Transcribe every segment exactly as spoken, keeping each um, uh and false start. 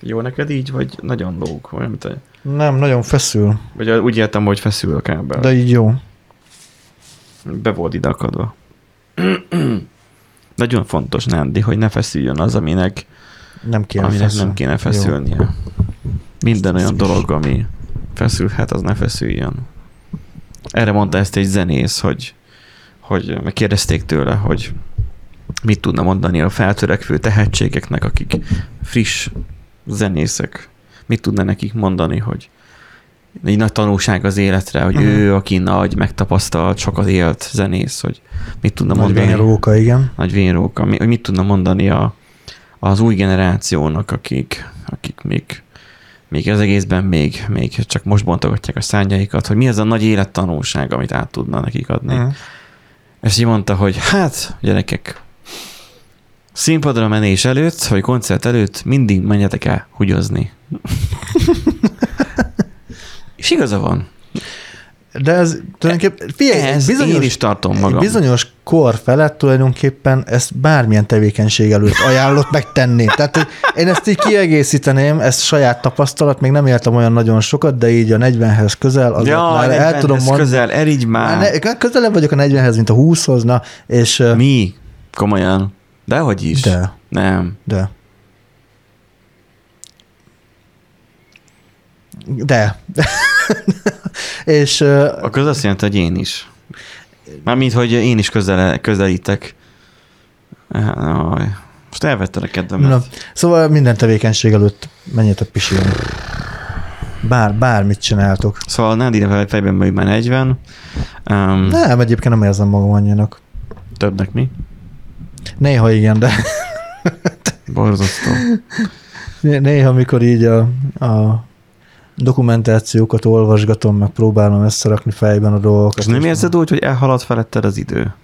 Jó neked így, vagy nagyon lóg? Olyan, te... Nem, nagyon feszül. Vagy úgy értem, hogy feszül a kábel. De így jó. Be volt ide akadva. Nagyon fontos, Nándi, hogy ne feszüljön az, aminek nem kéne, aminek nem kéne feszülnie. Jó. Minden olyan dolog, ami feszülhet, az ne feszüljön. Erre mondta ezt egy zenész, hogy, hogy megkérdezték tőle, hogy mit tudna mondani a feltörekvő tehetségeknek, akik friss zenészek. Mit tudna nekik mondani, hogy egy nagy tanulság az életre, hogy uh-huh. ő, aki nagy, megtapasztalt, sokat élt zenész, hogy mit tudna nagy mondani. Nagy vénróka, igen. Nagy vénróka, hogy mit tudna mondani a, az új generációnak, akik, akik még, még az egészben még, még csak most bontogatják a szárnyaikat, hogy mi az a nagy élettanulság, amit át tudna nekik adni. Uh-huh. És így mondta, hogy hát, gyerekek, színpadra menés előtt, vagy koncert előtt mindig menjetek el húgyozni. És igaza van. De ez tulajdonképpen... Figyelj, ez bizonyos, én is tartom magam. Bizonyos kor felett tulajdonképpen ezt bármilyen tevékenység előtt ajánlott megtenni. Tehát én ezt így kiegészíteném, ezt saját tapasztalat, még nem éltem olyan nagyon sokat, de így a negyvenhez közel, azért ja, már el tudom mondani. közel, erigy már. Ne, közelebb vagyok a negyvenhez, mint a húszhoz, na, és... Mi? Komolyan? Dehogy is. De. Nem. De. De. És, a közel azt jelenti, hogy én is. Mármint, hogy én is közel, közelítek. Most elvetted a kedvemet. Na, szóval minden tevékenység előtt menjetek pisilni. Bár, bármit csináltok. Szóval Nádi fejben vagy már negyven. Um, nem, egyébként nem érzem magam annyinak. Többnek mi? Néha igen, de... Borzasztó. Néha, amikor így a, a dokumentációkat olvasgatom, meg próbálom összerakni fejben a dolgokat. És nem érzed úgy, hogy elhaladt feletted az idő?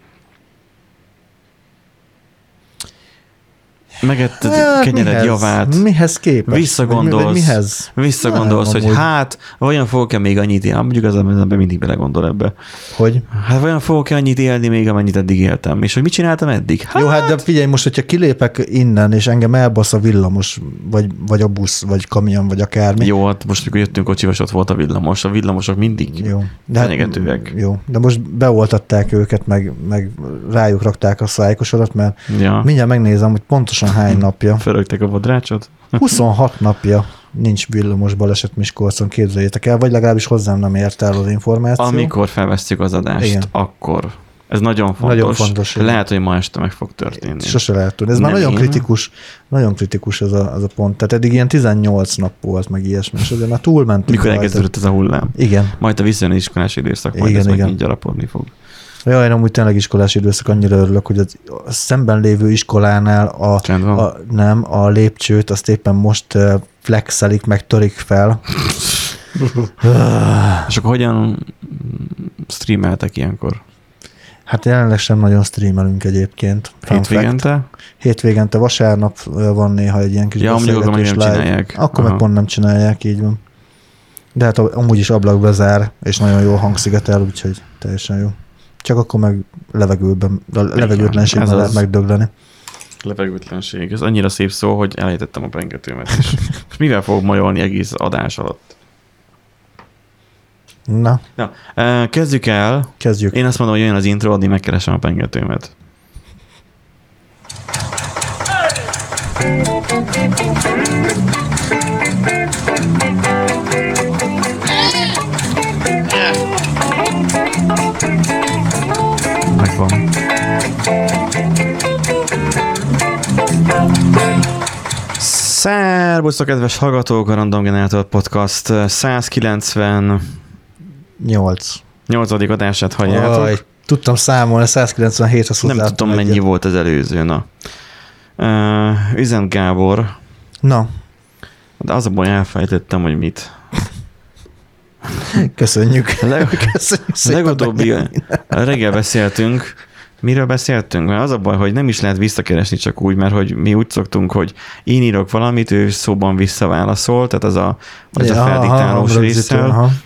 Megetted hát, kenyered mihez? Javát. Mihez képest? Visszagondolsz, vagy mihez? visszagondolsz nem, hogy amúgy. Hát, vajon fogok-e még annyit élni? Mondjuk az ember mindig belegondol ebbe. Hogy? Hát vajon fogok-e annyit élni még, amennyit eddig éltem? És hogy mit csináltam eddig? Hát... Jó, hát de figyelj, most, hogyha kilépek innen, és engem elbasz a villamos, vagy, vagy a busz, vagy kamion, vagy akármi. Jó, hát most, amikor jöttünk kocsivas, ott volt a villamos. A villamosok mindig jó. Fenyegetőek. Hát, jó, de most beoltatták őket, meg, meg rájuk rakták a szájkosodat, mert ja. mindjárt megnézem, hogy pontosan hány napja. Fölögtek a vodrácsot? huszonhat napja nincs villamos baleset Miskolcon, képzeljétek el, vagy legalábbis hozzám nem ért el az információ. Amikor felvesztjük az adást, igen. Akkor. Ez nagyon fontos. Nagyon fontos. Lehet, hogy ma este meg fog történni. Sose lehet tudni. Ez nem már nagyon én. kritikus, nagyon kritikus ez a, ez a pont. Tehát eddig ilyen tizennyolc nap volt, meg ilyesmi, és azért már túlmentünk. Mikor elkezdődött ez a hullám? Igen. Majd a visszajön iskolás időszak, majd igen, ez igen. megint gyarapodni fog. Jaj, én amúgy tényleg iskolás időszak, annyira örülök, hogy az, a szemben lévő iskolánál a, a, nem, a lépcsőt azt éppen most flexelik, meg törik fel. És akkor hogyan streameltek ilyenkor? Hát jelenleg sem nagyon streamelünk egyébként. Hétvégente? Hétvégente, vasárnap van néha egy ilyen kis ja, beszélgetés live. Csinálják. Akkor Aha. meg pont nem csinálják, így van. De hát amúgy is ablak bezár, és nagyon jól hangszigetel, úgyhogy teljesen jó. Csak akkor meg levegőben, a levegőtlenségben lehet megdögleni. Levegőtlenség. Ez annyira szép szó, hogy elejtettem a pengetőmet is. És mivel fogok majolni egész adás alatt? Na. Na, kezdjük el. Kezdjük. Én azt mondom, hogy jön az intro, addig megkeresem a pengetőmet. Megvan. Szerbusztok, kedves hallgatók, a Random Generator Podcast százkilencvennyolc nyolcadik adását halljátok. Aj, tudtam számolni, százkilencvenhét. Nem tudom, mennyi egyet. Volt az előző, na. Uh, Üzent Gábor. Na. De az a baj, elfelejtettem, hogy mit. Köszönjük. Leg, Köszönjük legutóbbi reggel beszéltünk. Miről beszéltünk? Mert az a baj, hogy nem is lehet visszakeresni csak úgy, mert hogy mi úgy szoktunk, hogy én írok valamit, ő szóban visszaválaszol, tehát az a, az ja, a feldiktálós résszel.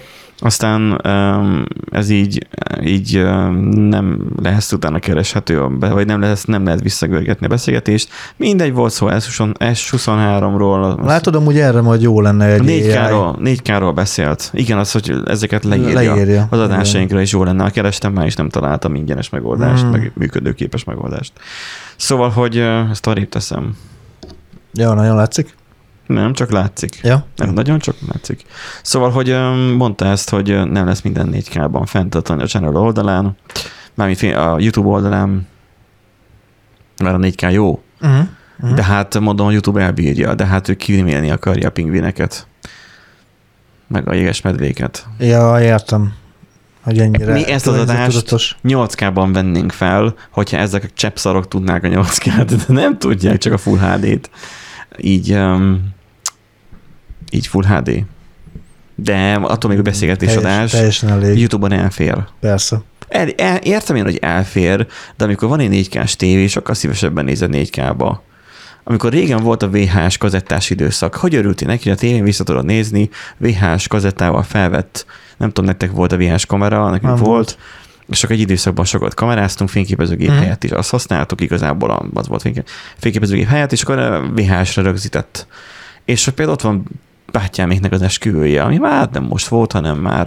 Aztán ez így, így nem lesz utána kereshető, vagy nem, lesz, nem lehet visszagörgetni a beszélgetést. Mindegy volt szó es huszonháromról. Látod, amúgy erre majd jó lenne egy négy ká-ról beszélt. Igen, az, hogy ezeket leírja, leírja. Az adásainkra is jó lenne. Kerestem már, és nem találtam ingyenes megoldást, mm. meg működőképes megoldást. Szóval, hogy ezt arrébb teszem. Ja, nagyon látszik? Nem, csak látszik. Ja. Nem, nagyon csak látszik. Szóval, hogy mondta ezt, hogy nem lesz minden négy ká-ban fenntartani a channel oldalán, mármint a YouTube oldalán, mert a négy ká jó. Uh-huh. Uh-huh. De hát mondom, a YouTube elbírja, de hát ő kirimélni akarja a pingvineket, meg a jéges medvéket. Ja, értem. Hogy ennyire mi ezt az adást nyolc ká-ban vennénk fel, hogyha ezek a cseppszarok tudnák a nyolc ká-t, de nem tudják, csak a Full há dét. Így, um, így Full há dé. De attól még a beszélgetésadás YouTube-on elfér. Persze. El, el, értem én, hogy elfér, de amikor van egy négy ká-s tévé, sokkal szívesebben nézed négy ká-ba. Amikor régen volt a vé há es kazettás időszak, hogy örültél neki, hogy a tévén vissza tudod nézni, vé há es kazettával felvett, nem tudom, nektek volt a vé há es kamera, nekünk nem volt, volt, és akkor egy időszakban sokat kameráztunk, fényképezőgép mm. helyett is azt használtuk, igazából az volt fényképezőgép helyett, és akkor vé há es-re rögzített. És például ott van bátyáméknek az esküvője, ami már nem most volt, hanem már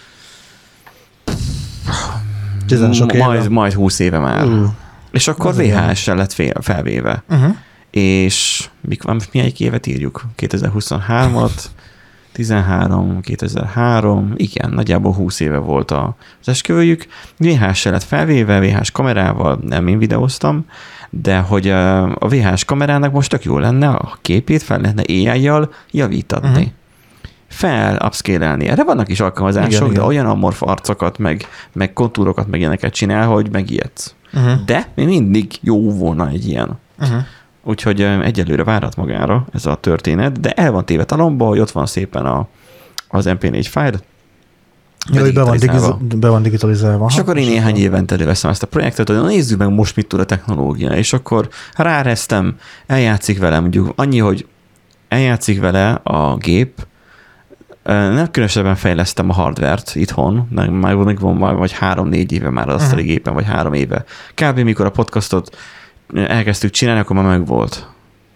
majd, majd húsz éve már. Uh, és akkor vé há es-re lett felvéve. Uh-huh. És milyen évet írjuk? kétezer-huszonhármat, tizenhárom, kétezer-három, igen, nagyjából húsz éve volt az esküvőjük. vé há es-re lett felvéve, vé há es kamerával, nem én videóztam, de hogy a vé há es kamerának most tök jó lenne, a képét fel lehetne á i-jal javítatni. Uh-huh. Fel, upscale-elni. Erre vannak is alkalmazások, igen, de igen. olyan amorf arcokat, meg, meg kontúrokat, meg ilyeneket csinál, hogy megijedsz. Uh-huh. De még mindig jó volna egy ilyen. Uh-huh. Úgyhogy egyelőre várat magára ez a történet, de el van téve talomba, hogy ott van szépen a, az em pé négy fájl. Jó, hogy be van, digiz- be van digitalizálva. És akkor én néhány évente előveszem ezt a projektet, hogy nézzük meg most mit tud a technológia, és akkor ráreztem, eljátszik vele, mondjuk annyi, hogy eljátszik vele a gép, nem különösebben fejlesztem a hardvert itthon, már van vagy három-négy éve már az asztali gépen, vagy három éve. Kb. Mikor a podcastot elkezdtük csinálni, akkor már megvolt.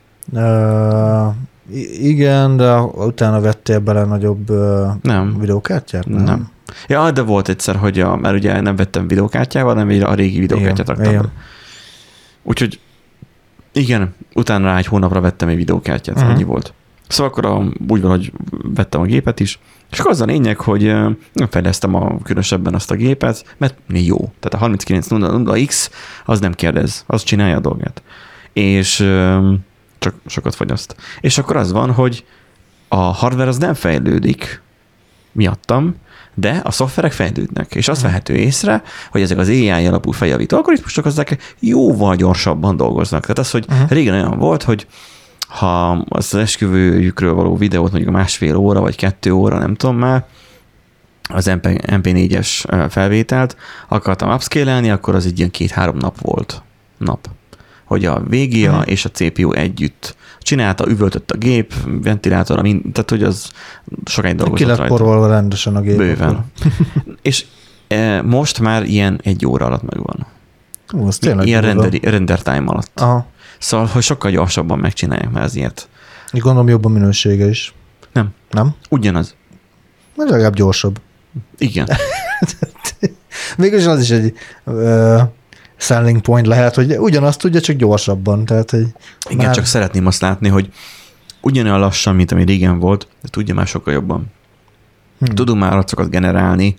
Uh, igen, de utána vettél bele nagyobb uh, nem. videókártyát? Nem. nem. Ja, de volt egyszer, hogy a, mert ugye nem vettem videókártyával, hanem a régi videókártyát raktam. Úgyhogy igen, utána rá egy hónapra vettem egy videókártyát, uh-huh. annyi volt. Szóval akkor a, úgy van, hogy vettem a gépet is, és akkor az a lényeg, hogy nem fejlesztem a, különösebben azt a gépet, mert jó. Tehát a harminckilenc nulla nulla X az nem kérdez, az csinálja a dolgát. És csak sokat fogyaszt. És akkor az van, hogy a hardware az nem fejlődik miattam, de a szoftverek fejlődnek, és azt vehető észre, hogy ezek az á i alapú feljavító algoritmusok azok jóval gyorsabban dolgoznak. Tehát az, hogy uh-huh. régen olyan volt, hogy ha az esküvőjükről való videót mondjuk másfél óra, vagy kettő óra, nem tudom már, az em pé négyes felvételt akartam upscale-elni, akkor az egy ilyen két-három nap volt. Nap. Hogy a vé gé á hmm. és a cé pé u együtt csinálta, üvöltött a gép, ventilátor, tehát hogy az sokáig dolgozott rajta. Ki lett porolva rendesen a gép. Bőven. És e, most már ilyen egy óra alatt megvan. Ó, az tényleg ilyen render, render time alatt. Aha. Szóval, hogy sokkal gyorsabban megcsinálják már ezért. Gondolom jobb a minősége is. Nem. Nem? Ugyanaz. Mert legalább gyorsabb. Igen. Mégis az is egy uh, selling point lehet, hogy ugyanazt tudja, csak gyorsabban. Tehát, hogy igen, már... csak szeretném azt látni, hogy ugyanolyan lassan, mint ami régen volt, de tudja már sokkal jobban. Hmm. Tudunk már arcokat generálni.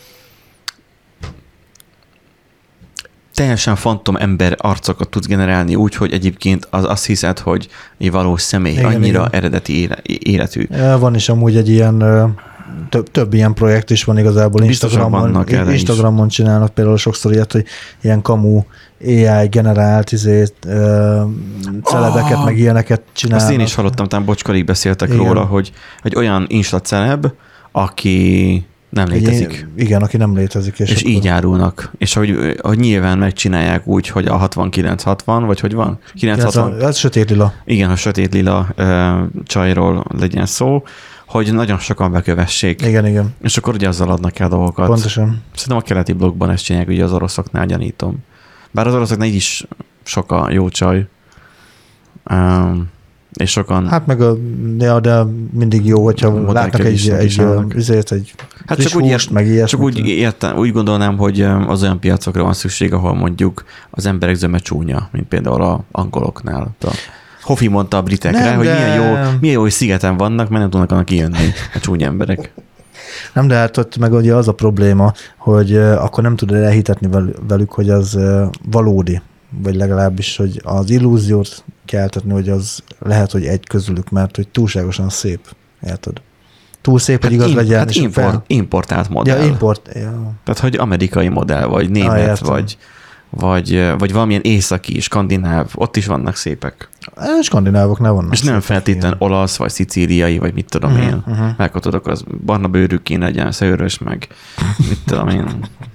Teljesen fantom ember arcokat tudsz generálni úgy, hogy egyébként az azt hiszed, hogy egy valós személy, igen, annyira igen. eredeti életű. Van is amúgy egy ilyen, több, több ilyen projekt is van igazából. Instagramon, Instagramon csinálnak például sokszor ilyet, hogy ilyen kamu á i generált izét, celebeket, oh, meg ilyeneket csinálnak. Azt én is hallottam, talán Bocskarig beszéltek igen. róla, hogy egy olyan Insta celeb, aki nem létezik. Igen, aki nem létezik. És, és akkor... így árulnak. És hogy, hogy nyilván megcsinálják úgy, hogy a hatvankilenc hatvan, vagy hogy van? kilencszázhatvan. Ez sötét lila. Igen, a sötét lila ö, csajról legyen szó, hogy nagyon sokan bekövessék. Igen, igen. És akkor ugye azzal adnak el dolgokat. Pontosan. Szerintem a keleti blokkban ezt csinálják, ugye az oroszoknál gyanítom. Bár az oroszoknál így is sok a jó csaj. Um, és sokan... Hát meg a, de, de mindig jó, hogyha látnak egy, egy, egy, egy hát csak úgy, ért, meg ilyesmit. csak úgy, értem, úgy gondolnám, hogy az olyan piacokra van szükség, ahol mondjuk az emberek zöme csúnya, mint például a angoloknál. A Hofi mondta a britekre, nem, hogy de... milyen, jó, milyen jó, hogy szigeten vannak, mert nem tudnak annak kijönni a csúnya emberek. Nem, de hát ott meg ugye az a probléma, hogy akkor nem tudod elhitetni velük, hogy az valódi, vagy legalábbis, hogy az illúziót keltetni, hogy az lehet, hogy egy közülük, mert hogy túlságosan szép, érted? Túl szép, hát hogy igaz im, legyen. Hát import, fel... importált modell. Ja, import, ja. Tehát, hogy amerikai modell, vagy német, ah, vagy, vagy, vagy valamilyen északi, skandináv, ott is vannak szépek. A skandinávoknál vannak. És nem feltétlenül olasz, vagy szicíliai, vagy mit tudom uh-huh, én. Uh-huh. Megkotodok, az barna bőrű kéne legyen, szőrös, meg mit tudom én.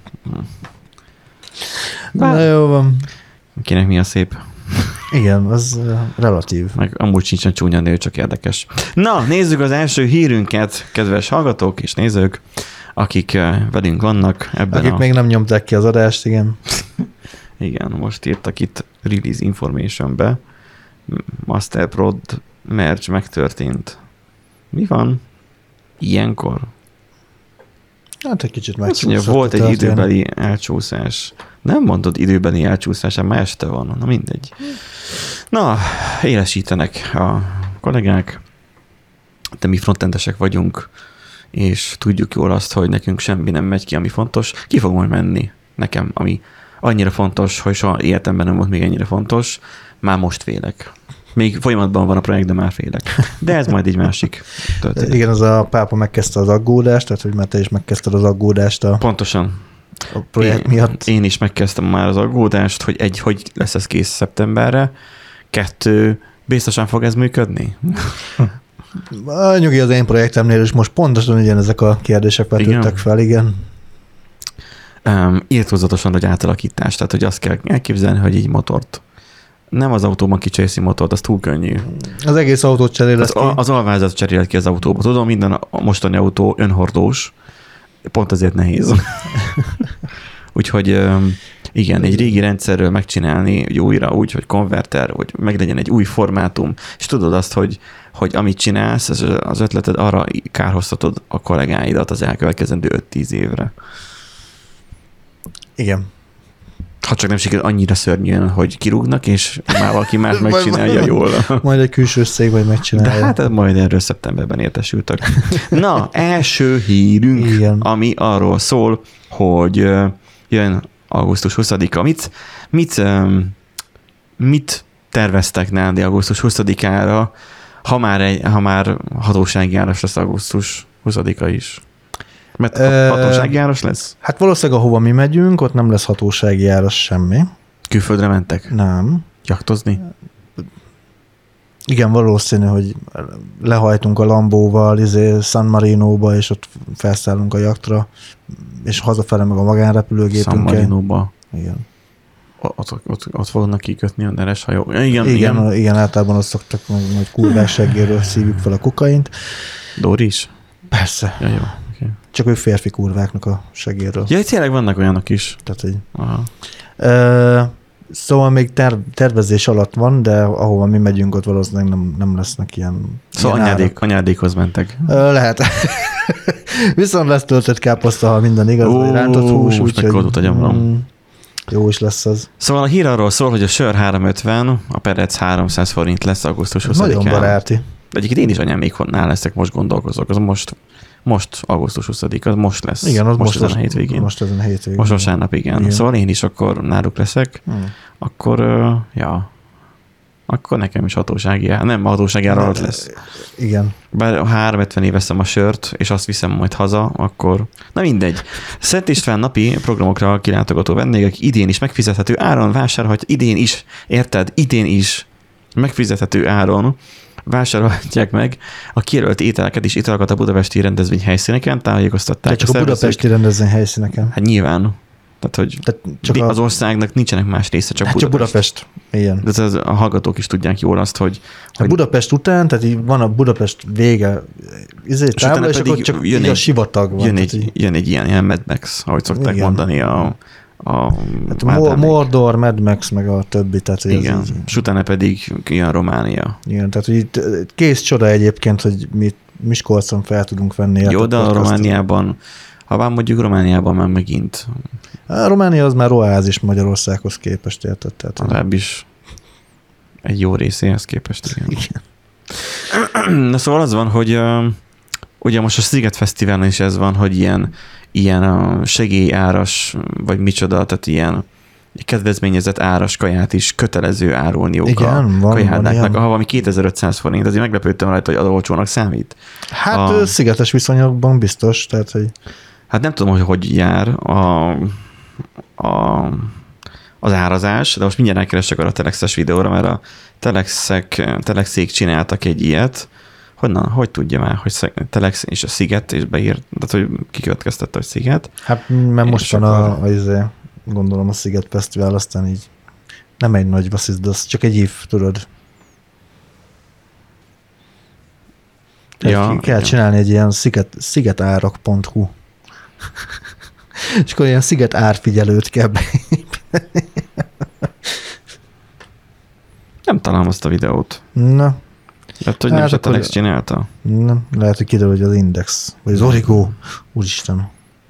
Na, jó van. Kinek mi a szép? Igen, az relatív. Meg amúgy sincsen csúnya nő, csak érdekes. Na, nézzük az első hírünket, kedves hallgatók és nézők, akik velünk vannak ebben akik a... még nem nyomták ki az adást, igen. Igen, most írtak itt Release Information-be. Masterprod merge megtörtént. Mi van? Ilyenkor? Hát egy kicsit megcsúszott. Mondja, volt egy időbeli elcsúszás. Nem mondod időbeli elcsúszás, már este van. Na mindegy. Na, élesítenek a kollégák, de mi frontendesek vagyunk, és tudjuk jól azt, hogy nekünk semmi nem megy ki, ami fontos. Ki fog majd menni nekem, ami annyira fontos, hogy soha életemben nem volt még ennyire fontos. Már most félek. Még folyamatban van a projekt, de már félek. De ez majd egy másik történet. Igen, az a pápa megkezdte az aggódást, tehát hogy már te is megkezdted az aggódást a, Pontosan. a projekt én, miatt. Én is megkezdtem már az aggódást, hogy egy, hogy lesz ez kész szeptemberre, kettő, biztosan fog ez működni? A nyugi, az én projektemnél is most pontosan ugyanezek a kérdések vetődtek fel, igen. Um, írtózatosan nagy átalakítás, tehát hogy azt kell elképzelni, hogy így motort. Nem az autóban kicsészi motort, az túl könnyű. Az egész autót cserélet az, ki. Az alvázat cserélet ki az autóba. Tudom, minden a mostani autó önhordós, pont ezért nehéz. Úgyhogy igen, egy régi rendszerről megcsinálni hogy újra úgy, hogy konverter, hogy meglegyen egy új formátum, és tudod azt, hogy, hogy amit csinálsz, az ötleted arra kárhoztatod a kollégáidat az elkövetkezendő öt-tíz évre. Igen. Ha csak nem sikerül annyira szörnyűen, hogy kirúgnak, és már valaki más megcsinálja jól. Majd egy külső szék majd megcsinálja. De hát majd erről szeptemberben értesültek. Na, első hírünk, igen, ami arról szól, hogy jön augusztus huszadika. Mit, mit, mit terveztek nálad augusztus huszadikára, ha már, egy, ha már hatósági járos lesz augusztus huszadika is? Mert hatósági járos lesz? Hát valószínűleg ahova mi megyünk, ott nem lesz hatósági járos semmi. Külföldre mentek? Nem. Jaktozni? Igen, valószínű, hogy lehajtunk a Lambóval izé San Marinóba, és ott felszállunk a jaktra, és hazafele meg a magánrepülőgépünkkel. San Marinóba? Igen. Ott, ott, ott fognak kikötni a neres hajó. Igen, igen, igen. Igen, általában azt szoktak, hogy kurvás seggéről szívjuk fel a kokaint. Dóri is? Persze. Ja, jó. Okay. Csak ő férfi kurváknak a segéről. Ja, tényleg vannak olyanok is. Tehát, hogy... Aha. Uh, szóval még ter- tervezés alatt van, de ahova mi megyünk, ott valószínűleg nem, nem lesznek ilyen... Szóval ilyen anyádék, anyádékhoz mentek. Uh, lehet. Viszont lesz töltött káposzta, ha minden igaz, Ó, vagy rántott hús. Most megkoldott a gyomrom. Mm, jó is lesz az. Szóval a hír arról szól, hogy a sör háromszázötven, a perec háromszáz forint lesz augusztus huszadikán. Nagyon baráti. De egyébként én is anyámék nál leszek, most gondolkozok. Az most, most augusztus huszadika, az most lesz. Igen, az most, most ezen a hétvégén. Most ezen a hétvégén. Most vasárnap, igen. igen. Szóval én is akkor náluk leszek. Hmm. Akkor, uh, ja, akkor nekem is hatósági jár. Nem, hatósági jár alatt lesz. Igen. Bár ha háromszázötven veszem a sört, és azt viszem majd haza, akkor... Na mindegy. Szent István napi programokra kilátogató vendégek idén is megfizethető áron vásárolhat, idén is, érted? Idén is megfizethető áron vásárolhatják meg a kijelölt ételeket és italokat a budapesti rendezvény helyszíneken, tájékoztatták. Csak a, a budapesti rendezvény helyszíneken. Hát nyilván. Tehát, hogy Tehát csak az a... országnak nincsenek más része, csak hát Budapest. Csak Budapest. Igen. De ez a hallgatók is tudják jól azt, hogy... A Budapest után, tehát így van a Budapest vége, izé, tábla, és akkor csak jön egy, a sivatag van. Jön egy, így... jön egy ilyen, ilyen Mad Max, ahogy szokták igen. mondani a... a hát Mordor, Mad Max, meg a többi. Tehát igen, így... és utána pedig jön Románia. Igen, tehát itt kész csoda egyébként, hogy mi Miskolcon fel tudunk venni. Jó, de a Romániában, ha van mondjuk Romániában már megint... A Románia az már oázis Magyarországhoz képest, érted? Tehát, legalábbis egy jó részéhez képest. Igen. Igen. Na szóval az van, hogy uh, ugye most a Sziget Fesztiválon is ez van, hogy ilyen, ilyen uh, segélyáras, vagy micsoda, tehát ilyen kedvezményezett áras kaját is kötelező árulniuk igen, a kajárdáknak, ahol valami kétezer-ötszáz forint, azért meglepődtem rajta, hogy adóolcsónak számít. Hát a, szigetes viszonyokban biztos, tehát hogy... Hát nem tudom, hogy hogy jár a, a, az árazás, de most mindjárt elkeresek arra a Telexes videóra, mert a Telexek, Telexék csináltak egy ilyet. Honnan? Hogy tudja már, hogy Telex és a Sziget, és beírt, tehát hogy kikövetkeztette, hogy Sziget. Hát mert most van a, a, a, gondolom a Sziget Fesztivál, aztán így nem egy nagy basszisz, de az csak egy év, tudod. Ja, kell ja. csinálni egy ilyen sziget, szigetárak pont hu. És akkor ilyen sziget árfigyelőt kell beépíteni. Nem találom azt a videót. Na. Lehet, hogy hát nem is a Telex csinálta? Nem, lehet, hogy kiderül, hogy az Index, vagy az Origo. Úristen.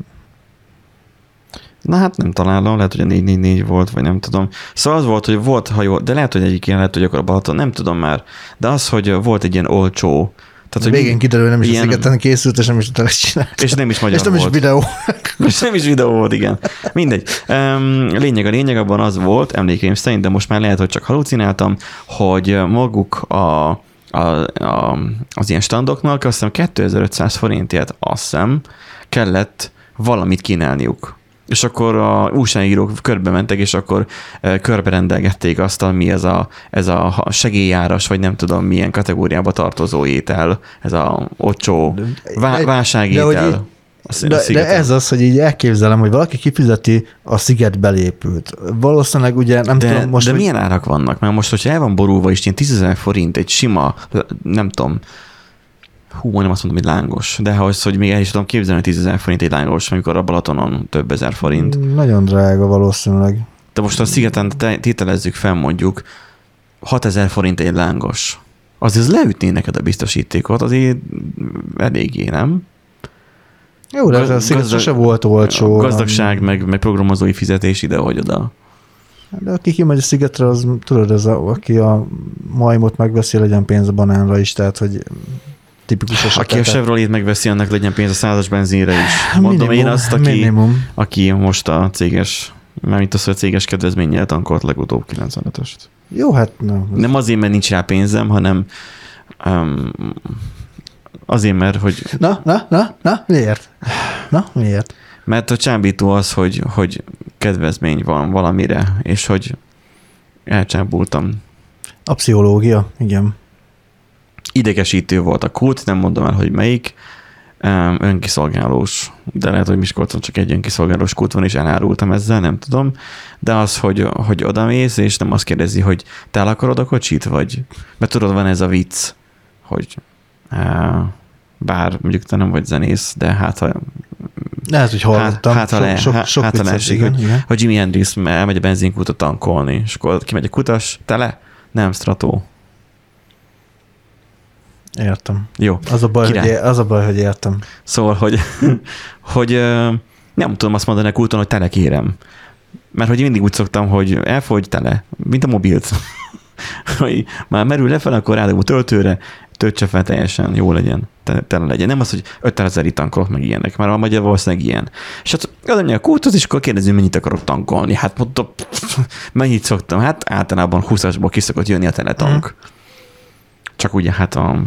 Na hát nem találom, lehet, hogy a négy négy négy volt, vagy nem tudom. Szóval az volt, hogy volt hajó, de lehet, hogy egyik ilyen, lehet, hogy akkor a Balaton, nem tudom már. De az, hogy volt egy ilyen olcsó. Tehát, hogy végén kiderül, nem is ilyen... a Szigeten készült, és nem is a Telex csinált. És nem is magyar és nem volt. is videó. És nem is videó volt, igen. Mindegy. Um, lényeg a lényeg abban az volt, emlékeim szerint, de most már lehet, hogy csak halucináltam, hogy maguk a, a, a, az ilyen standoknak azt hiszem kétezer-ötszáz forintért azt hiszem kellett valamit kínálniuk. És akkor a újságírók körbe mentek, és akkor körbe rendelgették azt, mi ez a, ez a segélyáras, vagy nem tudom milyen kategóriába tartozó étel, ez a olcsó vá- válságétel. De, de, de ez az, hogy így elképzelem, hogy valaki kifizeti a sziget belépült. Valószínűleg ugye nem de, tudom most... De hogy... milyen árak vannak? Mert most, hogyha el van borulva is, ilyen tízezer forint egy sima, nem tudom, hú, nem azt mondom, hogy lángos, de ahhoz, hogy még el is tudom képzelni, hogy tízezer forint egy lángos, amikor a Balatonon több ezer forint. Nagyon drága valószínűleg. De most a szigeten tételezzük fel mondjuk hatezer forint egy lángos. Azért leütné neked a biztosítékot, azért eléggé, nem? Jó, de a sziget sose volt olcsó. Gazdagság, meg, meg programozói fizetés ide, hogy oda. De aki kimegy a szigetre, az tudod, ez a, aki a majmot megveszi, legyen pénz a banánra is, tehát, hogy tipikus eset. Aki a Chevrolet megveszi, annak legyen pénz a százas benzinre is. Mondom minimum, én azt, aki, minimum. aki most a céges, mármint az, hogy a céges kedvezménnyel tankolt legutóbb kilencvenötöst. Jó, hát nem. Nem azért, mert nincs rá pénzem, hanem um, azért, mert hogy... Na, na, na, na, miért? Na, miért? Mert a csábító az, hogy, hogy kedvezmény van valamire, és hogy elcsábultam. A pszichológia, igen. Idegesítő volt a kút, nem mondom el, hogy melyik, önkiszolgálós, de lehet, hogy Miskolcon csak egy önkiszolgálós kút van, és elárultam ezzel, nem tudom, de az, hogy, hogy odamész, és nem azt kérdezi, hogy te el akarod a kocsit, vagy, mert tudod, van ez a vicc, hogy bár mondjuk te nem vagy zenész, de hát ha lehet, hogy hallottam. Hát, hát, sok, sok, sok hát, vicces, leesik, igen, hogy, igen. hogy Jimi Hendrix elmegy a benzinkútot tankolni, és akkor kimegy a kutas, tele? Nem, Strato. Értem. Jó. Az a baj, hogy, é- az a baj hogy értem. Szóval, hogy, hogy nem tudom azt mondani a kúton, hogy tele kérem. Mert hogy mindig úgy szoktam, hogy elfogy tele, mint a mobilt. Hogy már merül lefelé, akkor rádom töltőre, töltse fel teljesen, jó legyen, tele legyen. Nem az, hogy ötezer tankolok meg ilyenek, már a magyar valószínűleg ilyen. És hát adom a kúthoz, és akkor kérdezünk, mennyit akarok tankolni. Hát mondtam, mennyit szoktam? Hát általában húszasból ki szokott jönni a teletank. Mm. Csak ugye hát a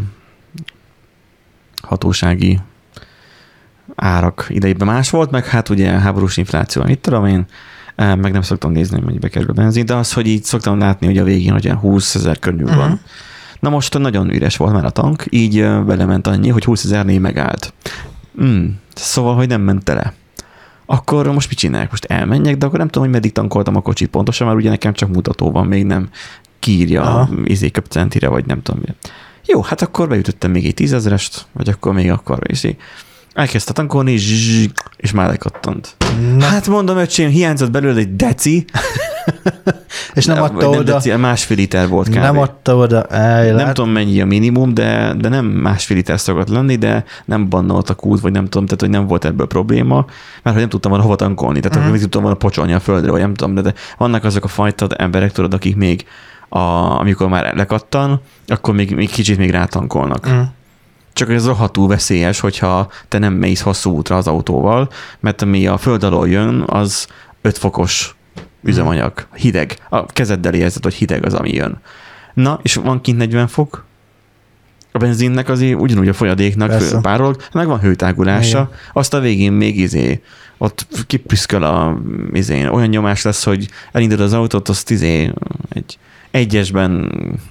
hatósági árak idejében más volt, meg hát ugye háborús infláció, mit tudom én, meg nem szoktam nézni, hogy mennyibe kerül a benzin, de az, hogy így szoktam látni, hogy a végén, hogy húszezer körül van. Uh-huh. Na most nagyon üres volt már a tank, így belement annyi, hogy húszezernél megállt. Mm, szóval, hogy nem ment tele. Akkor most mit csinálják? Most elmenjek, de akkor nem tudom, hogy meddig tankoltam a kocsit pontosan, mert ugye nekem csak mutató van, még nem kiírja izé köpcentire, vagy nem tudom. Jó, hát akkor beütöttem még egy tízezrest, vagy akkor még akkor izé. Elkezdte tankolni, és, és már lekattant. Na. Hát mondom, öcsém, hiányzott belőle egy deci. És nem adta nem oda. Deci, másfél liter volt kb. Nem adta oda. Ej, nem lát... tudom mennyi a minimum, de, de nem másfél liter szokott lenni, de nem bannolt a kút, vagy nem tudom, tehát hogy nem volt ebből probléma, mert hogy nem tudtam volna hova tankolni, tehát mm. akkor még tudtam volna pocsolni a földre, vagy nem tudom, de, de vannak azok a fajta emberek, tudod, akik még a, amikor már lekattan, akkor még, még kicsit még rátankolnak. Mm. Csak ez rohadtul veszélyes, hogyha te nem mész hosszú útra az autóval, mert ami a föld alól jön, az öt fokos üzemanyag, hideg. A kezeddel érzed, hogy hideg az, ami jön. Na, és van kint negyven fok, a benzinnek azért ugyanúgy a folyadéknak párolog, meg van hőtágulása, igen. Azt a végén még izé, ott kipiszköl a izé, olyan nyomás lesz, hogy elindul az autót, azt izé egy egyesben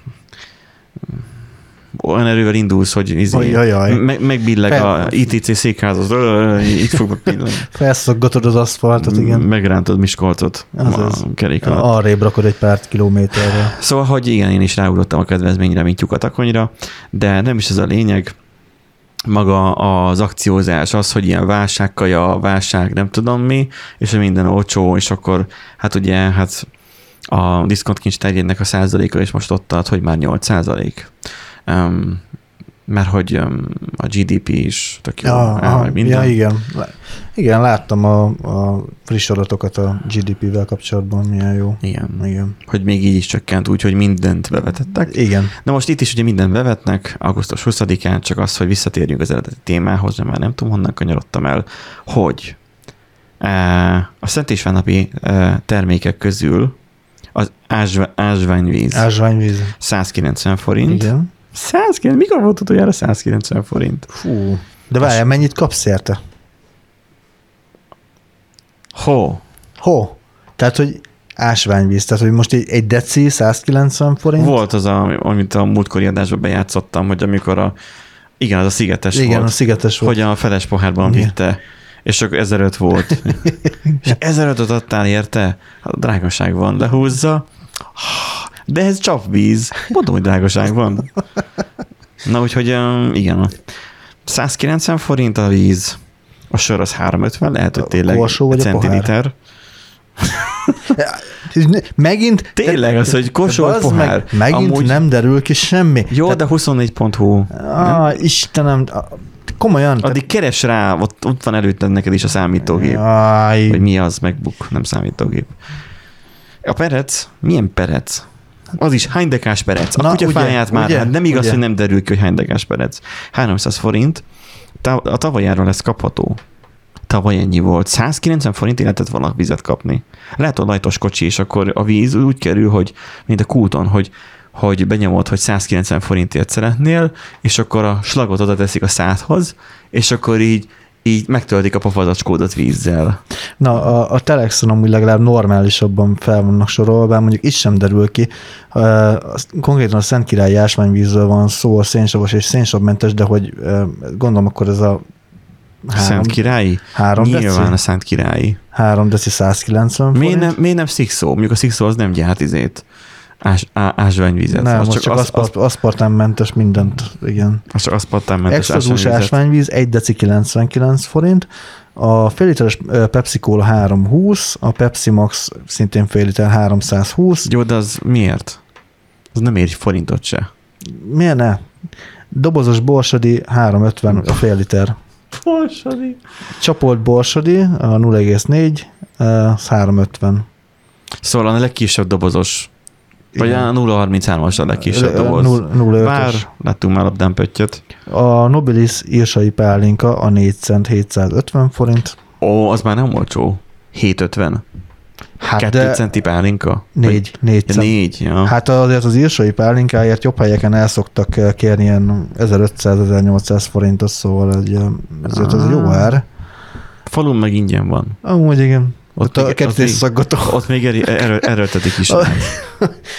olyan erővel indulsz, hogy izé, me- megbilleg Fel... a i té cé székház, az így fog megbillegni. Felszaggatod az aszfaltot, igen. Megrántod Miskolcot a kerék alatt. Arrébb rakod egy pár kilométerre. Szóval, hogy igen, én is ráugrottam a kedvezményre, mint tyúk a takonyra, de nem is ez a lényeg. Maga az akciózás, az, hogy ilyen válságkaja, válság, nem tudom mi, és minden olcsó, és akkor hát ugye, hát a diszkontkincstárjegynek a százaléka is most ott ad, hogy már nyolc százalék. Um, mert hogy um, a gé dé pé is tök jó. Ja, aha, ja, igen. Igen, láttam a, a friss adatokat a gé dé pével kapcsolatban, milyen jó. Igen. Igen. Hogy még így is csökkent, úgyhogy mindent bevetettek. Igen. De most itt is ugye mindent bevetnek, augusztus huszadikán, csak az, hogy visszatérjünk az eredeti témához, de már nem tudom, honnan kanyarodtam el, hogy a Szent István-napi termékek közül az ázsv- ázsványvíz. Ázsványvíz. százkilencven forint. Igen. százkilencven? Mikor volt utoljára százkilencven forint? Fú. De várjál, mennyit kapsz érte? Ho? Ho? Tehát, hogy ásványvíz. Tehát, hogy most egy, egy deci százkilencven forint? Volt az, a, amit a múltkori adásban bejátszottam, hogy amikor a igen, az a szigetes igen, volt. Igen, a szigetes volt. Hogy a feles pohárban vitte, és csak ezeröt volt. És ezerötöt adtál érte? Hát drágaság van, lehúzza. De ez csapvíz. Mondom, hogy drágaság van. Na, úgyhogy igen. százkilencven forint a víz. A sör az háromszázötven, lehet, hogy tényleg korsó centiliter. Megint... Tényleg az, hogy korsó vagy pohár. Meg, megint Amúgy... nem derül ki semmi. Jó, Tehát... de huszonnégy pont hu. Ah, Istenem, komolyan. Addig te... keres rá, ott, ott van előtted neked is a számítógép. Aj. Vagy mi az, MacBook, nem számítógép. A perec, milyen perec? Az is hány dekás perec. A kutyafáját már, ugye, hát nem igaz, ugye? Hogy nem derül ki, hogy hány dekás perec. háromszáz forint. A tavalyáról lesz kapható. Tavaly ennyi volt. százkilencven forint lehetett valami vizet kapni. Lehet a lajtos kocsi, és akkor a víz úgy kerül, hogy mint a kúton, hogy, hogy benyomod, hogy százkilencven forintért szeretnél, és akkor a slagot oda teszik a szádhoz, és akkor így így megtöltik a pafazacskódot vízzel. Na, a, a Telexon amúgy legalább normálisabban fel vannak sorolva, bár mondjuk itt sem derül ki. Uh, konkrétan a Szentkirályi ásványvízről van szó, a szénsavas és szénsavmentes, de hogy uh, gondolom akkor ez a három, Szentkirályi? Három Nyilván deci? a Szentkirályi. Három deci százkilencven forint. Miért nem, miért nem Szikszó? Mondjuk a Szikszó az nem gyárt izét. Ás, á, ásványvizet. Nem, az most csak, csak az, aszpartámmentes mindent, igen. Az csak aszpartámmentes Exodus ásványvíz, egy deci kilencvenkilenc forint, a fél literes Pepsi Cola háromszázhúsz, a Pepsi Max szintén fél liter háromszázhúsz. Jó, de az miért? Az nem ér forintot se. Miért ne? Dobozos borsodi háromszázötven a fél liter. Borsodi. Csapolt borsodi a nulla egész négy, az háromszázötven. Szóval a legkisebb dobozos. Vagy igen. A nulla harminchárom-as a legkisebb doboz. nulla ötös. Bár láttunk már labdán pöttyöt. A Nobilis írsai pálinka a négy cent hétszázötven forint. Ó, az már nem olcsó. hétszázötven. Hát Kettő centi pálinka? Négy. Négy, ja, négy ja. Hát azért az írsai pálinkáért jobb helyeken el szoktak kérni ilyen ezerötszáz-ezernyolcszáz forintot, szóval egy, ezért az jó ár. Falun meg ingyen van. Amúgy igen. Ott, ott a kertészszaggató. Ott még erő, erő, erőltetik is.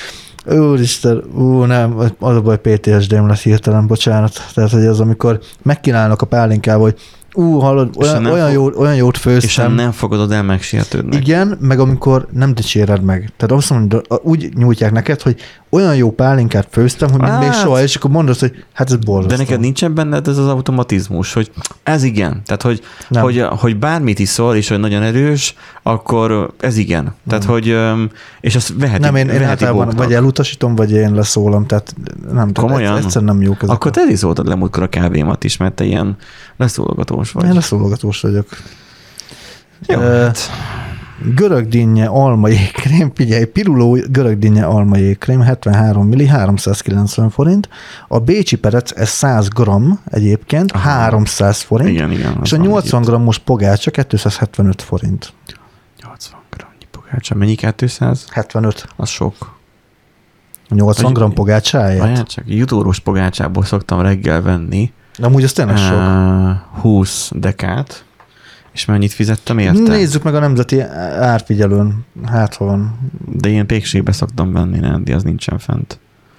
Úristen, ú, nem, az a baj, pé té es dé-m lesz hirtelen, bocsánat. Tehát, hogy az, amikor megkínálnak a pálinkával, hogy ú, hallod, olyan, olyan, fog, jó, olyan jót főztem. És nem fogadod el, megsértődnek. Igen, meg amikor nem dicséred meg. Tehát azt mondod, úgy nyújtják neked, hogy olyan jó pálinkát főztem, hogy hát, még soha, és akkor mondod, hogy hát ez borzasztó. De neked nincsen benned ez az automatizmus, hogy ez igen. Tehát, hogy, hogy, hogy bármit iszol, és hogy nagyon erős, akkor ez igen. Tehát, nem. hogy és azt veheti, nem, én, én veheti általában bóknak. vagy elutasítom, vagy én leszólom. Tehát nem, komolyan? Tehát egyszerűen nem jók ezek. Akkor te iszoltad le múltkor a kávémat is, mert te ilyen leszólogatós vagy. Én leszólogatós vagyok. Jó, uh, hát. Görögdinnye alma jégkrém, figyelj, piruló görögdinnye alma jégkrém, hetvenhárom milli, háromszázkilencven forint. A bécsi perec, ez száz gramm egyébként, aha, háromszáz forint. Igen, igen. És a nyolcvan grammos pogácsa kétszázhetvenöt forint. nyolcvan grammnyi pogácsa, mennyi kétszáz? hetvenöt. Az sok. A nyolcvan gramm pogácsáját? Vaján csak jutórós pogácsából szoktam reggel venni. De amúgy az tényleg sok. húsz dekát. És mennyit fizettem érte? Nézzük meg a nemzeti árfigyelőn. Hát, ha van. De ilyen pékségbe szoktam venni, Nandi, az nincsen fent.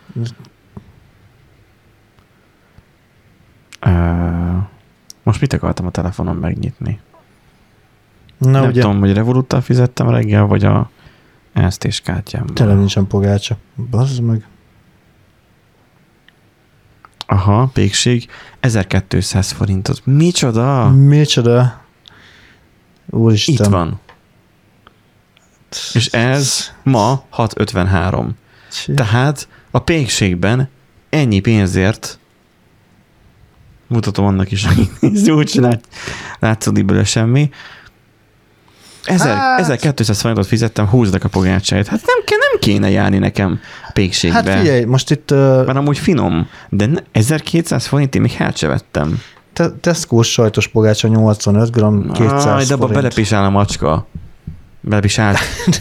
Uh, most mit akartam a telefonon megnyitni? Na, nem ugye? tudom, hogy Revoluttal fizettem reggel, vagy a é es té-s kártyámban. Tényleg nincsen pogácsa. Bazd meg. Aha, pékség. ezerkétszáz forintot. Micsoda? Micsoda? Úristen. Itt van. És ez ma hat ötvenhárom. Tehát a pékségben ennyi pénzért mutatom annak is, akik nézni, úgy lát, látszódik belőle semmi. Hát, ezerkétszáz forintot fizettem húsz a pogácsáért. Hát nem, nem kéne járni nekem pékségbe. Hát figyelj, most itt... Uh... Mert amúgy finom, de ezerkétszáz forint én még hát se vettem. Te- Tesco-s sajtos pogácsa nyolcvanöt gramm, kétszáz Aj, de abba forint. belepisál a macska. Belepisál.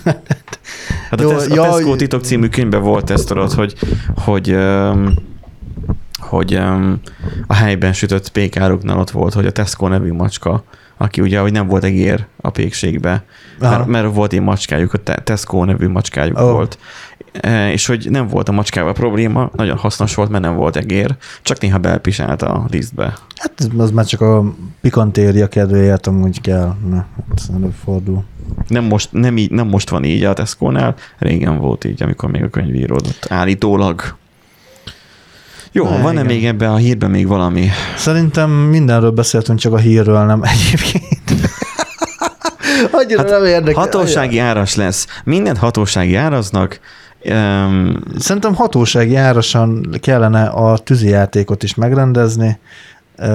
Hát Jó, a, Tes- a ja, Tesco titok című könyvben volt ezt, tudod, hogy, hogy, um, hogy um, a helyben sütött pékáruknál ott volt, hogy a Tesco nevű macska, aki ugye, hogy nem volt egér a pékségbe, mert, mert volt egy macskájuk, a Tesco nevű macskájuk oh. volt. E, és hogy nem volt a macskával probléma, nagyon hasznos volt, mert nem volt egér, csak néha belpisált a lisztbe. Hát az már csak a pikantéria kedvéért amúgy kell. Na, hát előfordul. Nem most, nem, így, nem most van így a Tesco-nál, régen volt így, amikor még a könyv íródott. Állítólag. Jó, na, van-e igen. még ebben a hírben még valami? Szerintem mindenről beszéltünk, csak a hírről nem egyébként. Annyira hát nem érdekel. Hatósági áras lesz. Mindent hatósági áraznak. Um, Szerintem hatósági árasan kellene a tűzijátékot is megrendezni. Uh,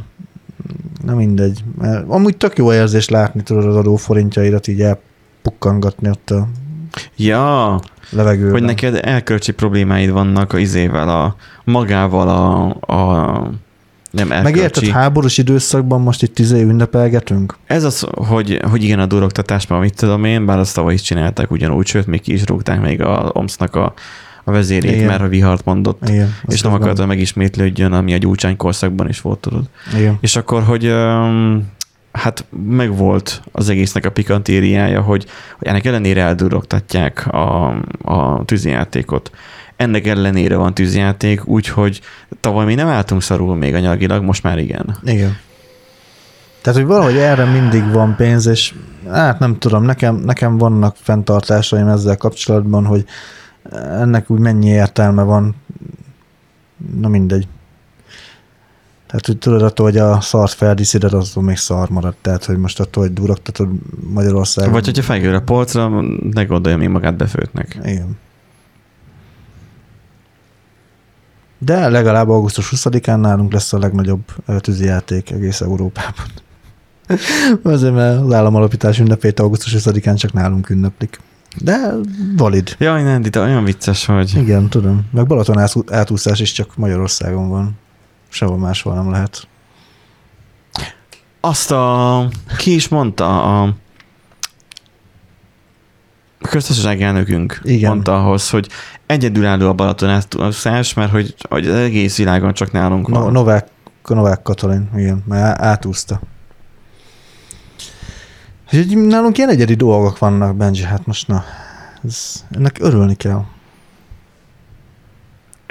na mindegy. Amúgy tök jó érzés látni, tudod, az adóforintjaidat így elpukkangatni ott a ja, levegőben. Hogy neked elkölcsi problémáid vannak a izével, a magával a, a nem elkölcsi. Megérted, háborús időszakban most itt tíz év ünnepelgetünk? Ez az, hogy, hogy igen, a duroktatás, már mit tudom én, bár azt tavaly is csinálták ugyanúgy, sőt, még ki is rúgták még a omsznak a, a vezérét, igen. mert a vihart mondott, igen, és nem akarta megismétlődjön, ami a Gyurcsány korszakban is volt, tudod. Igen. És akkor, hogy um, hát megvolt az egésznek a pikantériája, hogy, hogy ennek ellenére elduroktatják a, a tűzijátékot. Ennek ellenére van tűzjáték, úgyhogy tavaly mi nem álltunk szarul még anyagilag, most már igen. Igen. Tehát, hogy valahogy erre mindig van pénz, és hát nem tudom, nekem, nekem vannak fenntartásaim ezzel kapcsolatban, hogy ennek úgy mennyi értelme van. Na mindegy. Tehát, hogy tudod attól, hogy a szart feldíszíted, attól még szar marad. Tehát, hogy most attól, hogy duroktatod Magyarországon. Vagy hogyha felgőr a polcra, ne gondolja még magát befőtnek. Igen. De legalább augusztus huszadikán nálunk lesz a legnagyobb tűzijáték egész Európában. Azért, mert az államalapítás ünnepét augusztus huszadikán csak nálunk ünneplik. De valid. Jaj, Nandi, de olyan vicces, hogy... Igen, tudom. Meg Balaton átúszás is csak Magyarországon van. Sehol máshol nem lehet. Azt a... Ki is mondta a... A köztársasági elnökünk igen. mondta ahhoz, hogy egyedülálló a Balaton átúszás, mert hogy, hogy az egész világon csak nálunk van. No, Novák, Novák Katalin, igen, mert átúszta. Úgyhogy nálunk ilyen egyedi dolgok vannak, Benji, hát most na, ez, ennek örülni kell.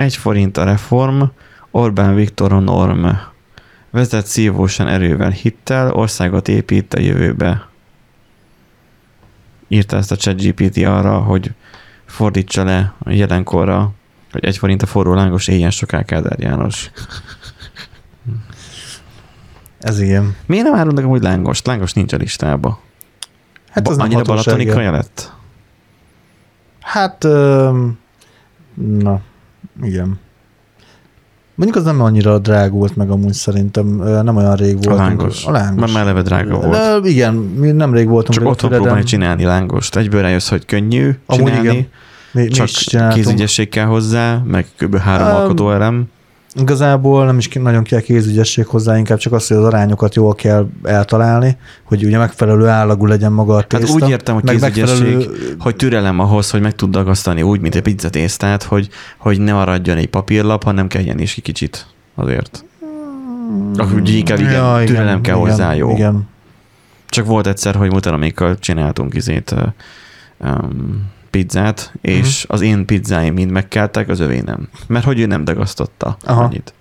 Egy forint a reform, Orbán Viktor a norm. Vezet szívósan erővel hittel, országot épít a jövőbe. Írta ezt a ChatGPT arra, hogy fordítsa le a jelenkorra, hogy egy forint a forró lángos, éljen soká Kádár János. Ez igen. Miért nem árulnak amúgy lángost? Lángos nincs a listába. Hát az ba- nem annyira balatoni hatóság. kaja lett? Hát, öm, na, igen. Mondjuk az nem annyira drágult meg amúgy szerintem, ö, nem olyan rég volt. A lángos. A lángos. Mert már eleve drága volt. De igen, mi nem rég voltunk. Csak otthon Füreden. próbálni csinálni lángost. Egyből rájössz, hogy könnyű Amúgy csinálni, igen. Mi, mi csak is csináltunk. kézügyesség kell hozzá, meg kb. három Um, alkotóelem. Igazából nem is ki- nagyon kell kézügyesség hozzá, inkább csak az, hogy az arányokat jól kell eltalálni, hogy ugye megfelelő állagú legyen maga a tészta. Hát úgy értem, hogy meg kézügyesség, megfelelő- hogy türelem ahhoz, hogy meg tud dagasztani úgy, mint egy pizzatésztát, hogy, hogy ne maradjon egy papírlap, hanem kelljen is egy kicsit azért. Akkor úgy inkább igen, Ja, türelem kell igen, hozzá, jó. Igen. Csak volt egyszer, hogy mutaramékkal csináltunk izét um, pizzát, és uh-huh. az én pizzáim mind megkeltek, az övé nem. Mert hogy ő nem dagasztotta Aha. annyit.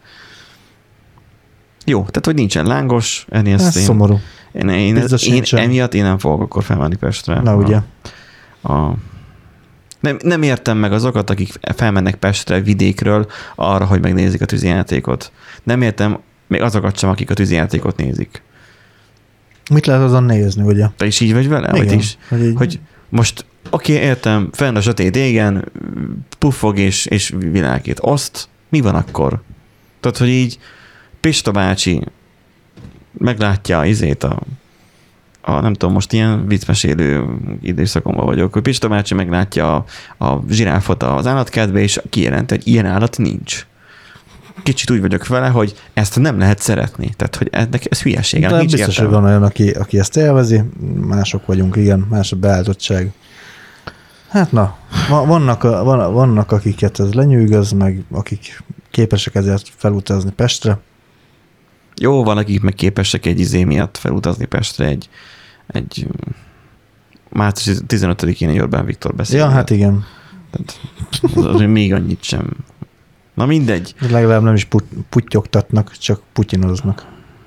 Jó, tehát hogy nincsen lángos, ennél Ez ezt én, szomorú. én, én, Pizza én, sincsen. emiatt én nem fogok akkor felmenni Pestre. Na ugye. A, a, nem, nem értem meg azokat, akik felmennek Pestre vidékről arra, hogy megnézik a tűzijátékot. Nem értem még azokat sem, akik a tűzijátékot nézik. Mit lehet azon nézni, ugye? Te is így vagy vele? Igen, Vagy is? hogy így- Hogy most oké, okay, értem, fenn a sötét égen, puffog és, és világít. Azt mi van akkor? Tehát, hogy így Pista bácsi meglátja izét a, a nem tudom, most ilyen viccmesélő időszakomban vagyok, hogy Pista bácsi meglátja a, a zsiráfot az állatkertbe, és kijelenti, hogy ilyen állat nincs. Kicsit úgy vagyok vele, hogy ezt nem lehet szeretni. Tehát, hogy ennek ez hülyeség. De nincs biztos, hogy értelme. van olyan, aki, aki ezt élvezi, mások vagyunk, igen, más a beálltottság. Hát na, va- vannak, a- van, vannak akiket ez lenyűgöz, meg akik képesek ezért felutazni Pestre. Jó, van, akik meg képesek egy izé miatt felutazni Pestre egy, egy március tizenötödikén egy Orbán Viktor beszél. Ja, hát igen. Tehát, az, az még annyit sem. Na mindegy. Legalább nem is put, puttyogtatnak, csak putyinoznak.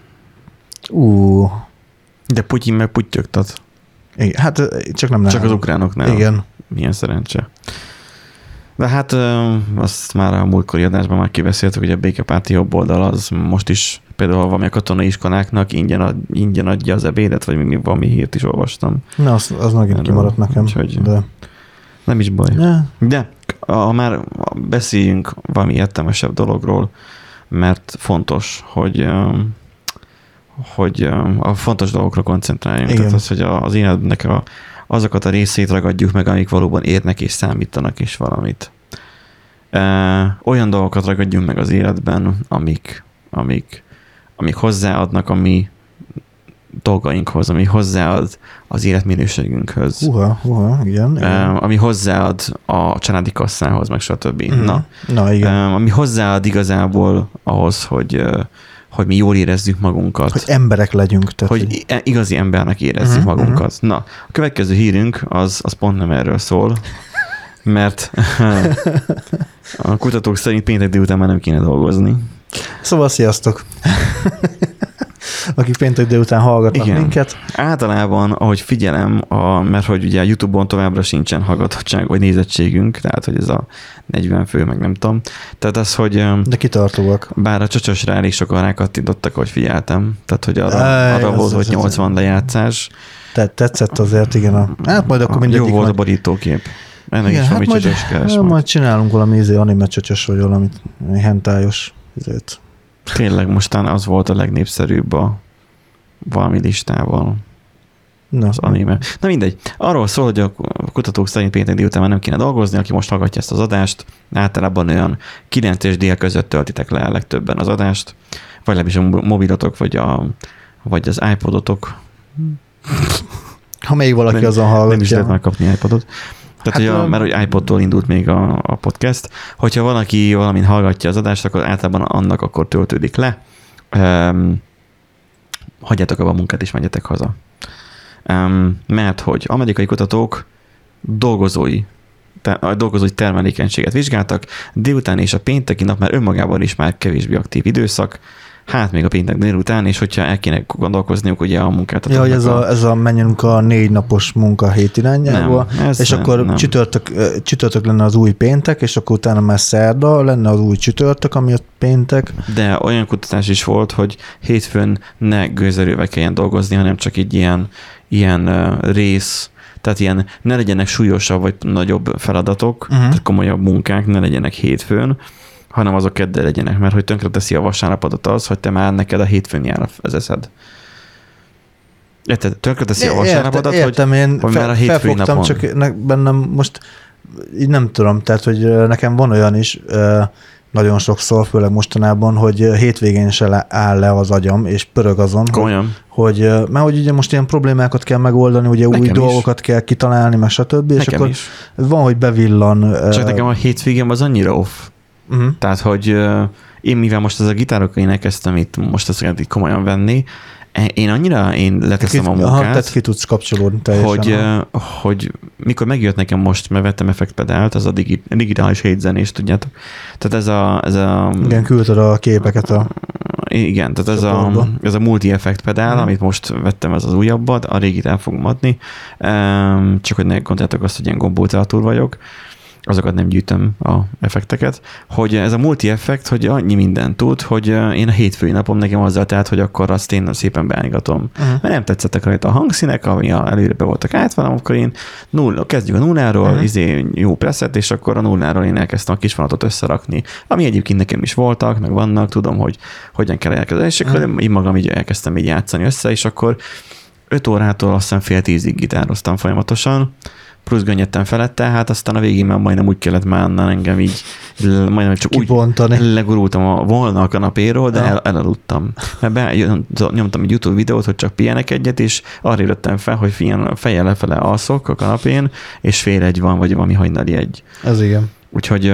Ú, De Putyin meg puttyogtat. igen, hát csak nem Csak az nálunk. ukránoknál. Igen. Milyen szerencse. De hát ö, azt már a múltkori adásban már kibeszéltük, hogy a békepárti jobb oldal az most is például valami a katonai iskoláknak ingyen, ad, ingyen adja az ebédet, vagy még valami hírt is olvastam. Na, az, az megint Erről, kimaradt nekem. úgyhogy- De, Nem is baj. de, De ha már beszéljünk valami értelmesebb dologról, mert fontos, hogy, öm, hogy öm, a fontos dolgokra koncentráljunk. Igen. Tehát az, hogy az életnek a, azokat a részét ragadjuk meg, amik valóban érnek és számítanak is valamit. E, olyan dolgokat ragadjunk meg az életben, amik, amik, amik hozzáadnak a mi dolgainkhoz, ami hozzáad az életminőségünkhöz. uha, uha, igen. igen. Um, ami hozzáad a családi kasszához, meg stb. Mhm. Na, Na, igen. um, ami hozzáad igazából ahhoz, hogy, uh, hogy mi jól érezzük magunkat. Hogy emberek legyünk. Tehát, hogy i- igazi embernek érezzük Mhm, magunkat. Na, a következő hírünk az, az pont nem erről szól, mert a kutatók szerint péntek délután már nem kéne dolgozni. Szóval sziasztok! Akik péntek délután hallgatnak Igen. minket. Általában, ahogy figyelem, a, mert hogy ugye a YouTube-on továbbra sincsen hallgatottság vagy nézettségünk, tehát hogy ez a negyven fő, meg nem tudom. Tehát az, hogy öm, De kitartóak. bár a csocsosra elég sokan rákattintottak, hogy figyeltem, tehát hogy arra, Áj, arra az- volt, az- hogy az- nyolcvan lejátszás. Te, tetszett azért, igen. A, hát majd akkor mindegyik. Jó volt a majd, borítókép. Ennek igen, is valami hát csocsos keres majd, majd. majd csinálunk valami izé, anime csöcsös, vagy valamit hentályos. Ezért. Tényleg mostan az volt a legnépszerűbb a valami listával. Na, Az anime. Na mindegy. Arról szól, hogy a kutatók szerint péntek délután már nem kéne dolgozni, aki most hallgatja ezt az adást, általában olyan kilenc és dél között töltitek le a legtöbben az adást, vagy legalábbis a mobilotok, vagy, a, vagy az iPodotok. ha még valaki Nem- azon Nem is hallgatja. lehet már kapni iPodot. Tehát, Hát, hogy a, ö- mert hogy iPodtól indult még a, a podcast. Hogyha valaki valamin hallgatja az adást, akkor általában annak akkor töltődik le. Um, hagyjátok abba a munkát, és menjetek haza. Um, mert hogy amerikai kutatók dolgozói a dolgozói termelékenységet vizsgáltak, délután és a pénteki nap már önmagában is már kevésbé aktív időszak, hát még a péntek délután, és hogyha el kéne gondolkozniuk ugye a munkáltatóknak. Ja, hogy ez a, ez a menjünk a négy napos munka hét irányába, és akkor nem. Csütörtök, csütörtök lenne az új péntek, és akkor utána már szerda lenne az új csütörtök, ami a péntek. De olyan kutatás is volt, hogy hétfőn ne gőzerővel kelljen dolgozni, hanem csak egy ilyen, ilyen uh, rész, tehát ilyen ne legyenek súlyosabb vagy nagyobb feladatok, uh-huh. tehát komolyabb munkák ne legyenek hétfőn, hanem azok keddel legyenek, mert hogy tönkreteszi a vasárnapodat az, hogy te már neked a hétfőn jár az eszed. Érted? Tönkreteszi a vasárnapodat, értem, hogy, én hogy fel, már a hétfői napon. csak ne, bennem most így nem tudom, tehát hogy nekem van olyan is nagyon sokszor, főleg mostanában, hogy hétvégén se áll le az agyam, és pörög azon, hogy, hogy, mert hogy ugye most ilyen problémákat kell megoldani, ugye nekem új is. Dolgokat kell kitalálni, meg stb. Nekem és akkor is. Van, hogy bevillan. Csak nekem a hétvégém az annyira off. Uh-huh. Tehát, hogy uh, én mivel most ez a gitárokkal énekeztem itt, most ezt itt komolyan venni, én annyira én leteszem ki, a munkát, aha, tehát ki tudsz kapcsolódni teljesen. Hogy, uh, hogy mikor megjött nekem most, mert vettem effektpedált, az a digi, digitális hétzenés, tudjátok. Tehát ez a... Ez a igen, küldted a képeket a... Igen, tehát ez a, ez a multi-effekt pedál, uh-huh. amit most vettem, ez az újabbat, a régit el fogom adni, um, csak hogy ne gondoljátok azt, hogy ilyen gombócátúr vagyok, azokat nem gyűjtöm a effekteket, hogy ez a multi-effekt, hogy annyi mindent tud, hogy én a hétfői napom nekem azzal tehát, hogy akkor azt én szépen beállígatom. Uh-huh. Mert nem tetszettek rajta a hangszínek, ami a előre be voltak átva, akkor én nulla, kezdjük a nulláról, uh-huh. izé jó preset, és akkor a nulláról én elkezdtem a kis vonatot összerakni, ami egyébként nekem is voltak, meg vannak, tudom, hogy hogyan kell elkezdeni, és akkor uh-huh. én magam így elkezdtem így játszani össze, és akkor öt órától azt hiszem fél tízig gitároztam folyamatosan, plusz gönnyedtem felette, hát aztán a végén már majdnem úgy kellett már engem így, majdnem csak kibontani. Úgy legurultam a, volna a kanapéról, de ja. el, elaludtam. Mert be, nyomtam egy YouTube videót, hogy csak pihenek egyet, és arra jöttem fel, hogy fejjel lefele alszok a kanapén, és fél egy van, vagy valami hajnali egy. Ez igen. Úgyhogy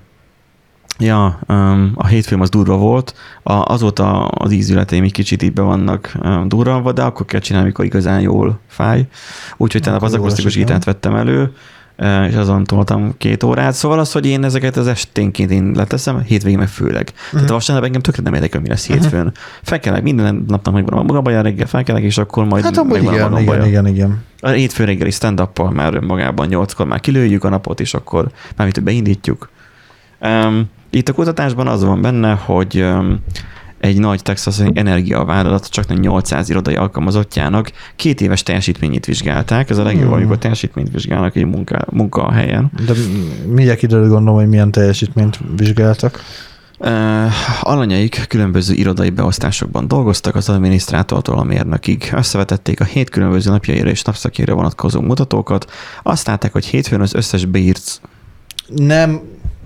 ja, a hétfőm az durva volt, azóta az ízületeim egy kicsit így be vannak durranva, de akkor kell csinálni, amikor igazán jól fáj. Úgyhogy tegnap az akusztikus gitárt vettem elő, és azon toltam két órát. Szóval az, hogy én ezeket az esténként én leteszem, hétvégén meg főleg. Uh-huh. Tehát vasárnap engem tökre nem érdekel, mi lesz hétfőn. Uh-huh. Felkelek, minden napnak megvan a maga baja, reggel felkelek, és akkor majd hát megvan igen, a maga baja. Igen, igen, a hétfő reggeli stand-uppal már önmagában nyolckor már kilőjük a napot, és akkor mármint beindítjuk. Um, Itt a kutatásban az van benne, hogy egy nagy texasi energiavállalat csak nyolcszáz irodai alkalmazottjának két éves teljesítményét vizsgálták. Ez a legjobb, hmm. amikor teljesítményt vizsgálnak egy munka, munkahelyen. De mindjárt kiderül, gondolom, hogy milyen teljesítményt vizsgáltak. Uh, alanyaik különböző irodai beosztásokban dolgoztak, az adminisztrátortól a mérnökig. Összevetették a hét különböző napjaira és napszakére vonatkozó mutatókat. Azt látták, hogy hétfőn az összes beírt... Nem...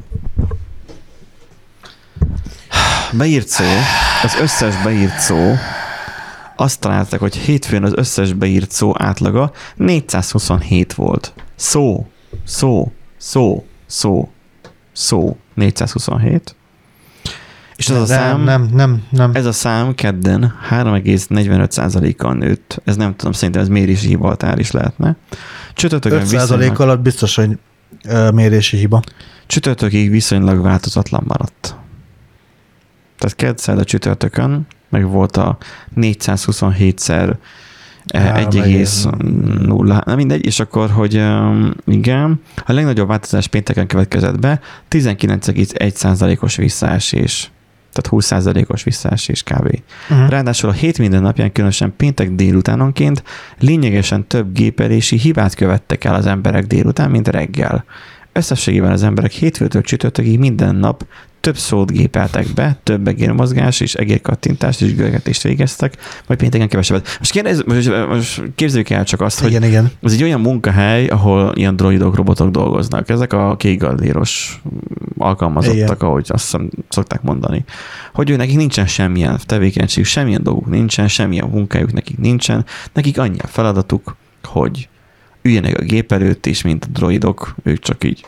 Beírt szó, az összes beírt szó, azt találták, hogy hétfőn az összes beírt szó átlaga négyszázhuszonhét volt. Szó, szó, szó, szó, szó, négyszázhuszonhét. És ez a szám, nem, nem, nem. ez a szám kedden három egész negyvenöt százalékkal nőtt. Ez nem tudom, szerintem ez mérési hivatár is lehetne. Csütörtökön öt százalék alatt biztos, hogy mérési hiba. Csütörtökig viszonylag változatlan maradt. Tehát kedd, szerda, csütörtökön meg volt a négyszázhuszonhétszer egy egész nulla, nem mindegy, és akkor, hogy igen, a legnagyobb változás pénteken következett be, tizenkilenc egész egy százalékos visszaesés. Tehát húsz százalékos visszaesés kb. Uh-huh. Ráadásul a hét minden napján, különösen péntek délutánonként lényegesen több gépelési hibát követtek el az emberek délután, mint reggel. Összességében az emberek hétfőtől csütörtökig minden nap több szót gépeltek be, több egérmozgás és egérkattintást és görgetést végeztek, majd pénteken kevesebbet. Most, kérdez, most, most képzeljük el csak azt, igen, hogy igen. ez egy olyan munkahely, ahol ilyen droidok, robotok dolgoznak. Ezek a kékgaldéros alkalmazottak, igen. ahogy azt hiszem, szokták mondani. Hogy ő nekik nincsen semmilyen tevékenység, semmilyen dolguk nincsen, semmilyen munkájuk nekik nincsen. Nekik annyi a feladatuk, hogy üljenek a gép előtt is, mint a droidok, ők csak így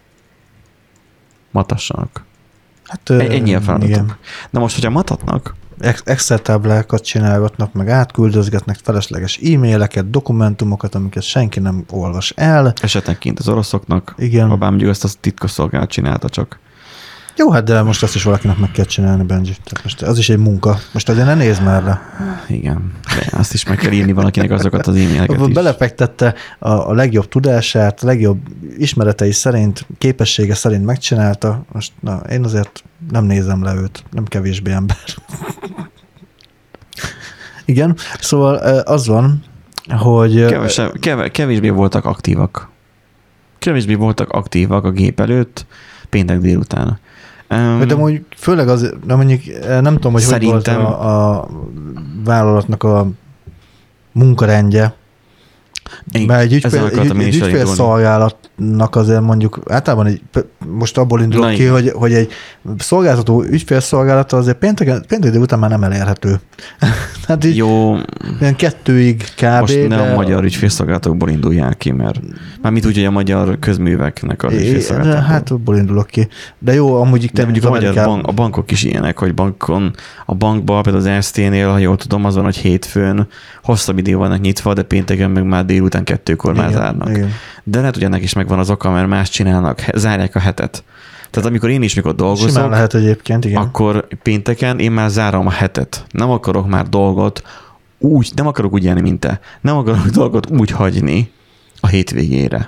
matassanak. Hát, ennyi a feladatok. Igen. Na most, hogyha matatnak, Excel táblákat csinálgatnak, meg átküldözgetnek felesleges e-maileket, dokumentumokat, amiket senki nem olvas el. Esetenként az oroszoknak, igen. Ha bár mondjuk ezt a titkosszolgálat csinálta csak. Jó, hát de most azt is valakinek meg kell csinálni, Benji. Tehát most az is egy munka. Most azért ne nézd már rá. Igen, de azt is meg kell írni valakinek azokat az e-maileket is. Belepegtette a, a legjobb tudását, a legjobb ismeretei szerint, képessége szerint megcsinálta. Most na, én azért nem nézem le őt, nem kevésbé ember. Igen, szóval az van, hogy... Kevesebb, keve, kevésbé voltak aktívak. Kevésbé voltak aktívak a gép előtt péntek délután. Um, de mondjuk főleg az, de mondjuk nem tudom, hogy szerintem... hogy volt a, a vállalatnak a munkarendje, mert egy, ügyfél, egy, egy ügyfélszolgálatnak azért mondjuk általában egy, most abból indulok Na, ki, hogy, hogy egy szolgáltató ügyfélszolgálata azért péntek, péntek délután már nem elérhető. Hát így jó. Ilyen kettőig kb. Most ne de... a magyar ügyfélszolgálatokból induljál ki, mert mármint úgy, hogy a magyar közműveknek az ügyfélszolgálatokból. Hát abból indulok ki. De jó, amúgy de mondjuk a magyar bank, a bankok is ilyenek, hogy bankon, a bankban, például az er es té-nél, ha jól tudom, az van, hogy hétfőn hosszabb idő vannak nyitva, de pénteken meg már délután kettőkor már zárnak. Igen. De lehet, hogy ennek is megvan az oka, mert más csinálnak, zárják a hetet. Tehát amikor én is mikor dolgozok, simán lehet egyébként, igen. Akkor pénteken én már zárom a hetet. Nem akarok már dolgot úgy, nem akarok úgy élni, mint te. Nem akarok dolgot úgy hagyni a hétvégére,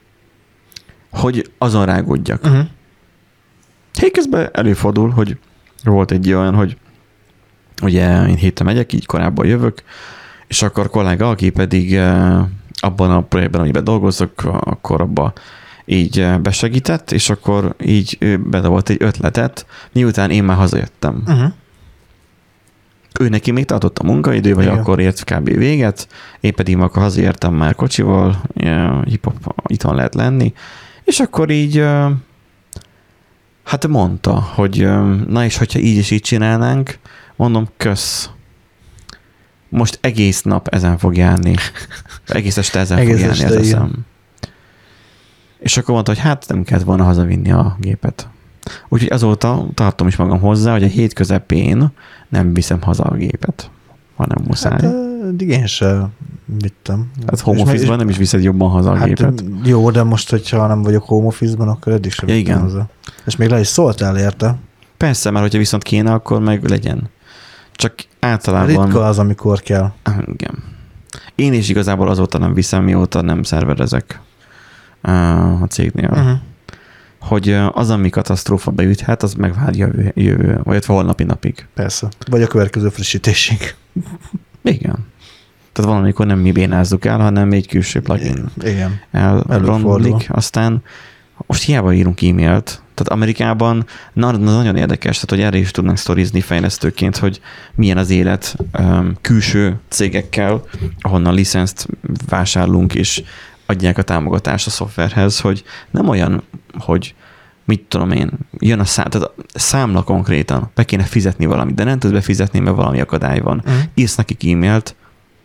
hogy azon rágódjak. Uh-huh. Hé, közben előfordul, hogy volt egy olyan, hogy ugye én héten megyek, így korábban jövök, és akkor kolléga, aki pedig abban a projektben, amiben dolgozok, akkor abban így besegített, és akkor így ő bedobott egy ötletet, miután én már hazajöttem. Uh-huh. Ő neki még tartott a munkaidő, vagy igen. Akkor ért kb. Véget, én pedig akkor hazaértem már kocsival, hip-hop itthon lehet lenni, és akkor így hát mondta, hogy na és hogyha így és így csinálnánk, mondom, kösz. Most egész nap ezen fog járni. Egész este ezen egész fog járni, ez eszem. És akkor mondta, hogy hát nem kellett volna hazavinni a gépet. Úgyhogy azóta tartom is magam hozzá, hogy a hét közepén nem viszem haza a gépet, hanem muszáj. Hát eddig én sem vittem. Hát home office-ban nem is viszed jobban haza a hát gépet. Jó, de most, hogyha nem vagyok home office-ban, akkor eddig sem ja, vittem haza. És még le is szóltál érte? Persze, mert hogyha viszont kéne, akkor meg legyen. Csak általában... Ritka az, amikor kell. Igen. Én is igazából azóta nem viszem, mióta nem szerverezek a cégnél. Uh-huh. Hogy az, ami katasztrófa beüthet, az megvár jövő, jövő vagy holnapi napig. Persze. Vagy a következő frissítésig. Igen. Tehát valamikor nem mi bénázzuk el, hanem egy külső plugin Igen. elromlik, aztán most hiába írunk e-mailt. Tehát Amerikában na, nagyon érdekes, tehát hogy erre is tudnak sztorizni fejlesztőként, hogy milyen az élet um, külső cégekkel, ahonnan licenszt vásárlunk, és adják a támogatást a szoftverhez, hogy nem olyan, hogy mit tudom én, jön a szám, tehát a számla konkrétan, be kéne fizetni valamit, de nem tudsz befizetni, mert valami akadály van. Uh-huh. Írsz nekik e-mailt,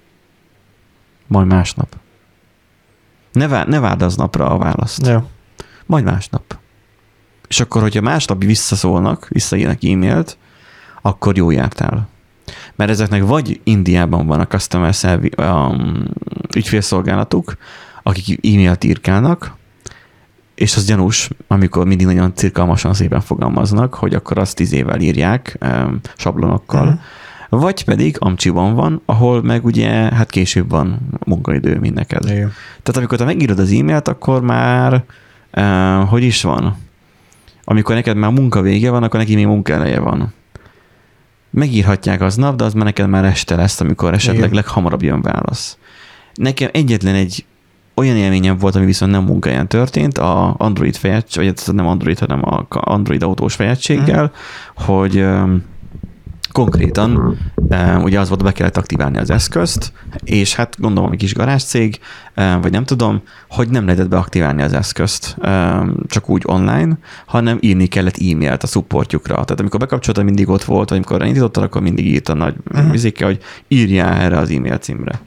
majd másnap. Ne, vár, ne várd az napra a választ. Ja. Majd másnap. És akkor, hogyha másnap visszaszólnak, visszaírnak e-mailt, akkor jó jártál. Mert ezeknek vagy Indiában van a customer service, um, ügyfélszolgálatuk, akik e-mailt írkálnak, és az gyanús, amikor mindig nagyon cirkalmasan szépen fogalmaznak, hogy akkor azt tíz évvel írják um, sablonokkal. Uh-huh. Vagy pedig Amcsiban van, ahol meg ugye hát később van munkaidő mindneked. Igen. Tehát amikor te megírod az e-mailt, akkor már uh, hogy is van? Amikor neked már munka vége van, akkor neki még munkaeleje van. Megírhatják aznap, de az már neked már este lesz, amikor esetleg igen. leghamarabb jön válasz. Nekem egyetlen egy olyan élményem volt, ami viszont nem munkáján történt, a Android fejegység, vagy nem Android, hanem a Android autós fejegységgel, mm. hogy um, konkrétan um, ugye az volt, be kellett aktiválni az eszközt, és hát gondolom, egy kis garázscég, um, vagy nem tudom, hogy nem lehetett beaktiválni az eszközt um, csak úgy online, hanem írni kellett e-mailt a supportjukra. Tehát amikor bekapcsoltam, mindig ott volt, vagy amikor elindítottad, akkor mindig írt a nagy mm. vizékkel, hogy írjál erre az e-mail címre.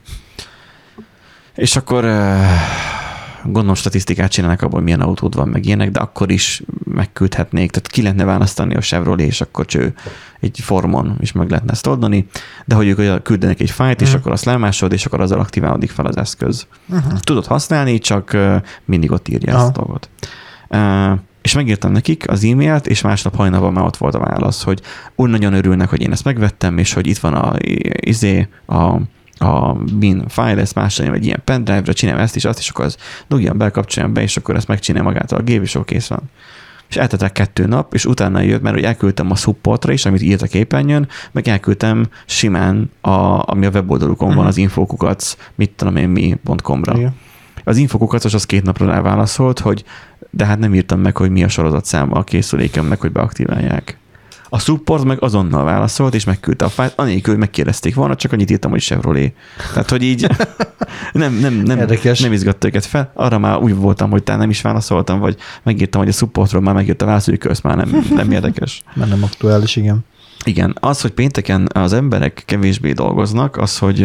És akkor gondolom statisztikát csinálnak abból, milyen autód van, meg ilyenek, de akkor is megküldhetnék, tehát ki lehetne választani a Chevrolet, és akkor cső egy formon is meg lehetne ezt oldani, de hogy ők küldenek egy fájlt, és uh-huh. akkor azt lemásolod, és akkor azzal aktiválódik fel az eszköz. Uh-huh. Tudod használni, csak mindig ott írja uh-huh. ezt a dolgot. Uh, és megírtam nekik az e-mailt, és másnap hajnalban már ott volt a válasz, hogy úgy nagyon örülnek, hogy én ezt megvettem, és hogy itt van a, izé, a a bin file, ezt másolja egy ilyen pendrive-ra, csinálom ezt is, azt is, akkor az dugjan be, kapcsoljon be, és akkor ezt megcsinálja magától a gép, és akkor kész van. És eltettek kettő nap, és utána jött, mert hogy elküldtem a supportra is, amit írt a képernyőn, meg elküldtem simán, a, ami a weboldalukon uh-huh. van, az infokukac, mit tudom én mi pont com-ra. Igen. Az infokukacos az két napra ráválaszolt, hogy de hát nem írtam meg, hogy mi a sorozatszáma a készülékem, meg hogy beaktiválják. A support meg azonnal válaszolt, és megküldte a fájlt, anélkül, hogy megkérdezték volna, csak annyit írtam, hogy Chevrolet. Tehát, hogy így nem, nem, nem, nem izgatta őket fel. Arra már úgy voltam, hogy talán nem is válaszoltam, vagy megírtam, hogy a supportról már megjött a válasz, hogy ezt már nem, nem érdekes. Mert nem aktuális, igen. Igen. Az, hogy pénteken az emberek kevésbé dolgoznak, az, hogy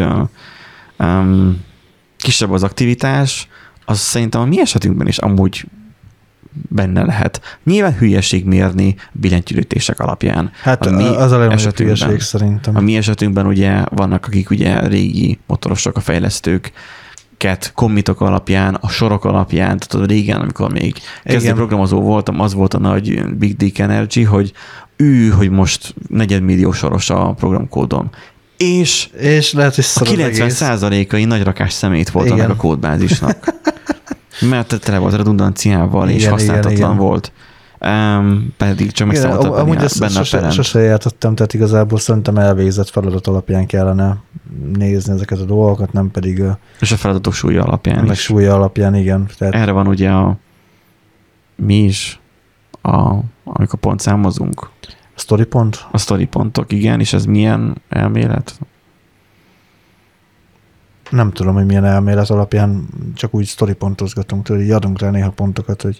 um, kisebb az aktivitás, az szerintem a mi esetünkben is amúgy benne lehet. Nyilván hülyeség mérni billentyűrítések alapján. Hát a mi az a legnagyobb hülyeség szerintem. A mi esetünkben ugye vannak, akik ugye régi motorosok, a fejlesztők, ket kommitok alapján, a sorok alapján, tudod, régen, amikor még kezdő programozó voltam, az volt a nagy Big Dick Energy, hogy ő, hogy most negyedmillió soros a programkódom. És, és lehet, hogy a kilencven százalékai nagy rakás szemét volt annak a kódbázisnak. Mert tele volt redundanciával, és igen, használhatatlan igen, igen. volt. Um, pedig csak megszámoltam benne, benne a perent. Sose, sose jártattam, tehát igazából szerintem elvégzett feladat alapján kellene nézni ezeket a dolgokat, nem pedig... És a feladatok súlya alapján meg is. súlya alapján, igen. Tehát... Erre van ugye a... Mi is? A, amikor pontszámozunk. A story pont? A story pontok, igen, és ez milyen elmélet? Nem tudom, hogy milyen elmélet alapján csak úgy sztoripontozgatunk tőle, így adunk rá néha pontokat, hogy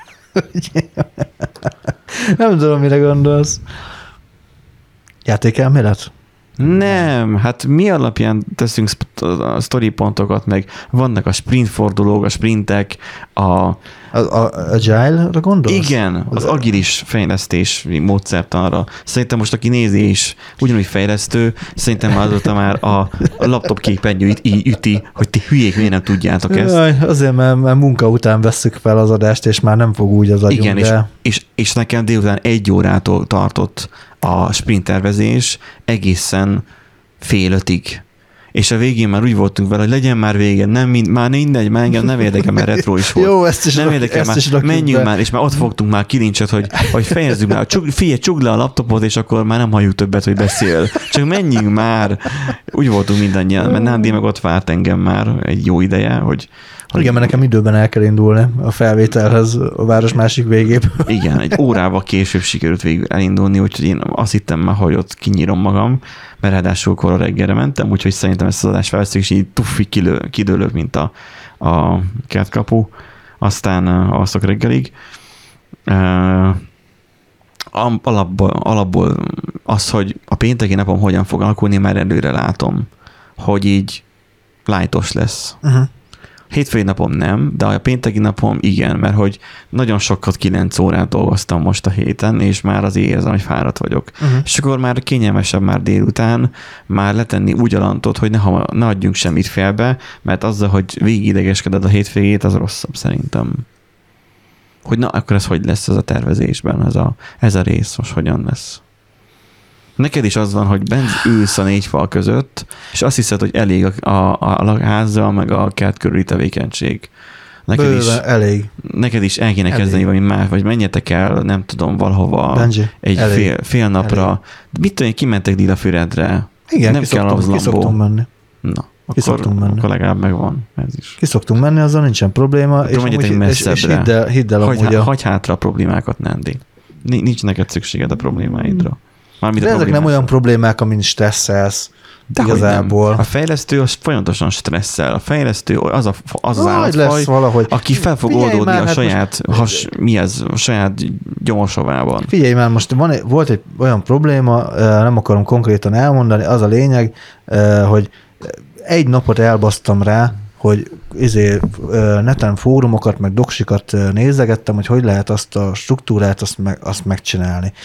nem tudom, mire gondolsz. Játékelmélet? Nem, hát mi alapján teszünk story pontokat, meg vannak a sprint fordulók, a sprintek, a... A, a Agile-ra gondolsz? Igen, az agilis fejlesztés módszertanra. Szerintem most, aki nézi is ugyanúgy fejlesztő, szerintem már azóta már a, a laptop képernyőit így üti, hogy ti hülyék miért nem tudjátok ezt. Jaj, azért, mert, mert munka után vesszük fel az adást, és már nem fog úgy az agyunk. Igen, de... és, és, és nekem délután egy órától tartott a sprint tervezés egészen fél ötig. És a végén már úgy voltunk vele, hogy legyen már vége, nem mind, már mindegy, már engem nem érdekel, mert retro is volt. Jó, ezt is nem érdekel, már, menjünk be. Már, és már ott fogtunk már kilincset, hogy, hogy fejezzük már, csuk, figyelj, csukd le a laptopot, és akkor már nem halljuk többet, hogy beszél. Csak menjünk már. Úgy voltunk mindannyian, mert Nándi meg ott várt engem már egy jó ideje, hogy Hogy igen, mert nekem időben el kell indulni a felvételhez a város másik végében. Igen, egy órával később sikerült végül elindulni, úgyhogy én azt hittem már, hogy ott kinyírom magam, mert ráadásul kora reggelre mentem, úgyhogy szerintem ezt az adást felveszünk, és így tuffi kilő, kidőlök, mint a, a kertkapu, aztán alszok reggelig. Alapból, alapból az, hogy a pénteki napom hogyan fog alakulni, már előre látom, hogy így lightos lesz. Uh-huh. Hétfői napom nem, de a pénteki napom igen, mert hogy nagyon sokat kilenc órát dolgoztam most a héten, és már azért érzem, hogy fáradt vagyok. Uh-huh. És akkor már kényelmesebb már délután már letenni úgy a lantot, hogy ne, ne adjunk semmit félbe, mert azzal, hogy végig idegeskeded a hétvégét, az rosszabb szerintem. Hogy na, akkor ez hogy lesz ez a tervezésben, ez a, ez a rész most hogyan lesz? Neked is az van, hogy bent ülsz a négy fal között, és azt hiszed, hogy elég a, a, a házzal, meg a kert körüli tevékenység. Neked Bőle, is, elég. Neked is el kéne kezdeni valami más, vagy menjetek el, nem tudom, valahova Benji, egy fél, fél napra. Elég. Mit tudom, kimentek Délafüredre. Igen, nem ki, kell szoktunk, ki szoktunk menni. Na, akkor, akkor legalább megvan ez is. Ki szoktunk menni, azzal nincsen probléma. Akkor és, amúgy, és, és hidd el, hidd el hagy, amúgy a... hagy hátra a problémákat, Nándi. Nincs neked szükséged a problémáidra. Mármint de ezek nem olyan problémák, amin stresszelsz. De igazából. A fejlesztő az folyamatosan stresszel. A fejlesztő az a, az, az állatfaj, valahogy. Aki fel fog Figyelj oldódni már, a hát saját, most... has, mi ez, a saját gyomorsavában. Figyelj már, most van, volt egy olyan probléma, nem akarom konkrétan elmondani, az a lényeg, hogy egy napot elbasztam rá, hogy izé, neten fórumokat, meg doksikat nézegettem, hogy hogy lehet azt a struktúrát azt, meg, azt megcsinálni.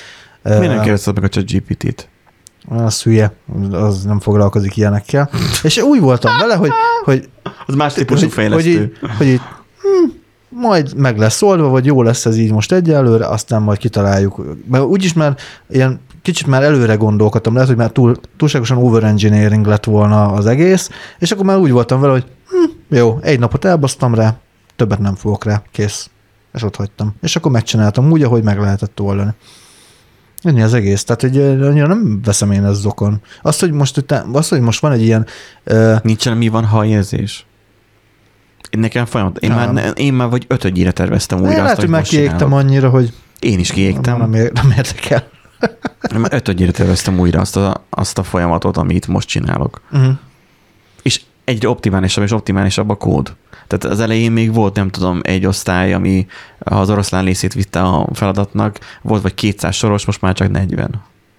Miért nem kérdezted meg a ChatGPT-t? Az hülye, az nem foglalkozik ilyenekkel. És úgy voltam vele, hogy... hogy az más típusú fejlesztő. Hogy így, hogy így hm, majd meg lesz oldva, vagy jó lesz ez így most egyelőre, aztán majd kitaláljuk. Mert úgyis már ilyen kicsit már előre gondolkodtam, lehet, hogy már túl, túlságosan overengineering lett volna az egész, és akkor már úgy voltam vele, hogy hm, jó, egy napot elbasztam rá, többet nem fogok rá, kész. És ott hagytam. És akkor megcsináltam úgy, ahogy meg lehetett oldani. Ennyi az egész. Tehát, hogy annyira nem veszem én ezt zokon. Azt, hogy most, azt, hogy most van egy ilyen... Uh... Nincsen, mi van, ha érzés? Nekem folyamat. Én, már, én már vagy ötödjére terveztem újra. Én azt, lehet, hogy már kiégtem annyira, hogy... Én is kiégtem. Nem, nem, nem érdekel. Már ötödjére terveztem újra azt a, azt a folyamatot, amit most csinálok. Uh-huh. És egyre optimálisabb és optimálisabb a kód. Tehát az elején még volt, nem tudom, egy osztály, ami az oroszlán részét vitte a feladatnak, volt vagy kétszáz soros, most már csak negyven.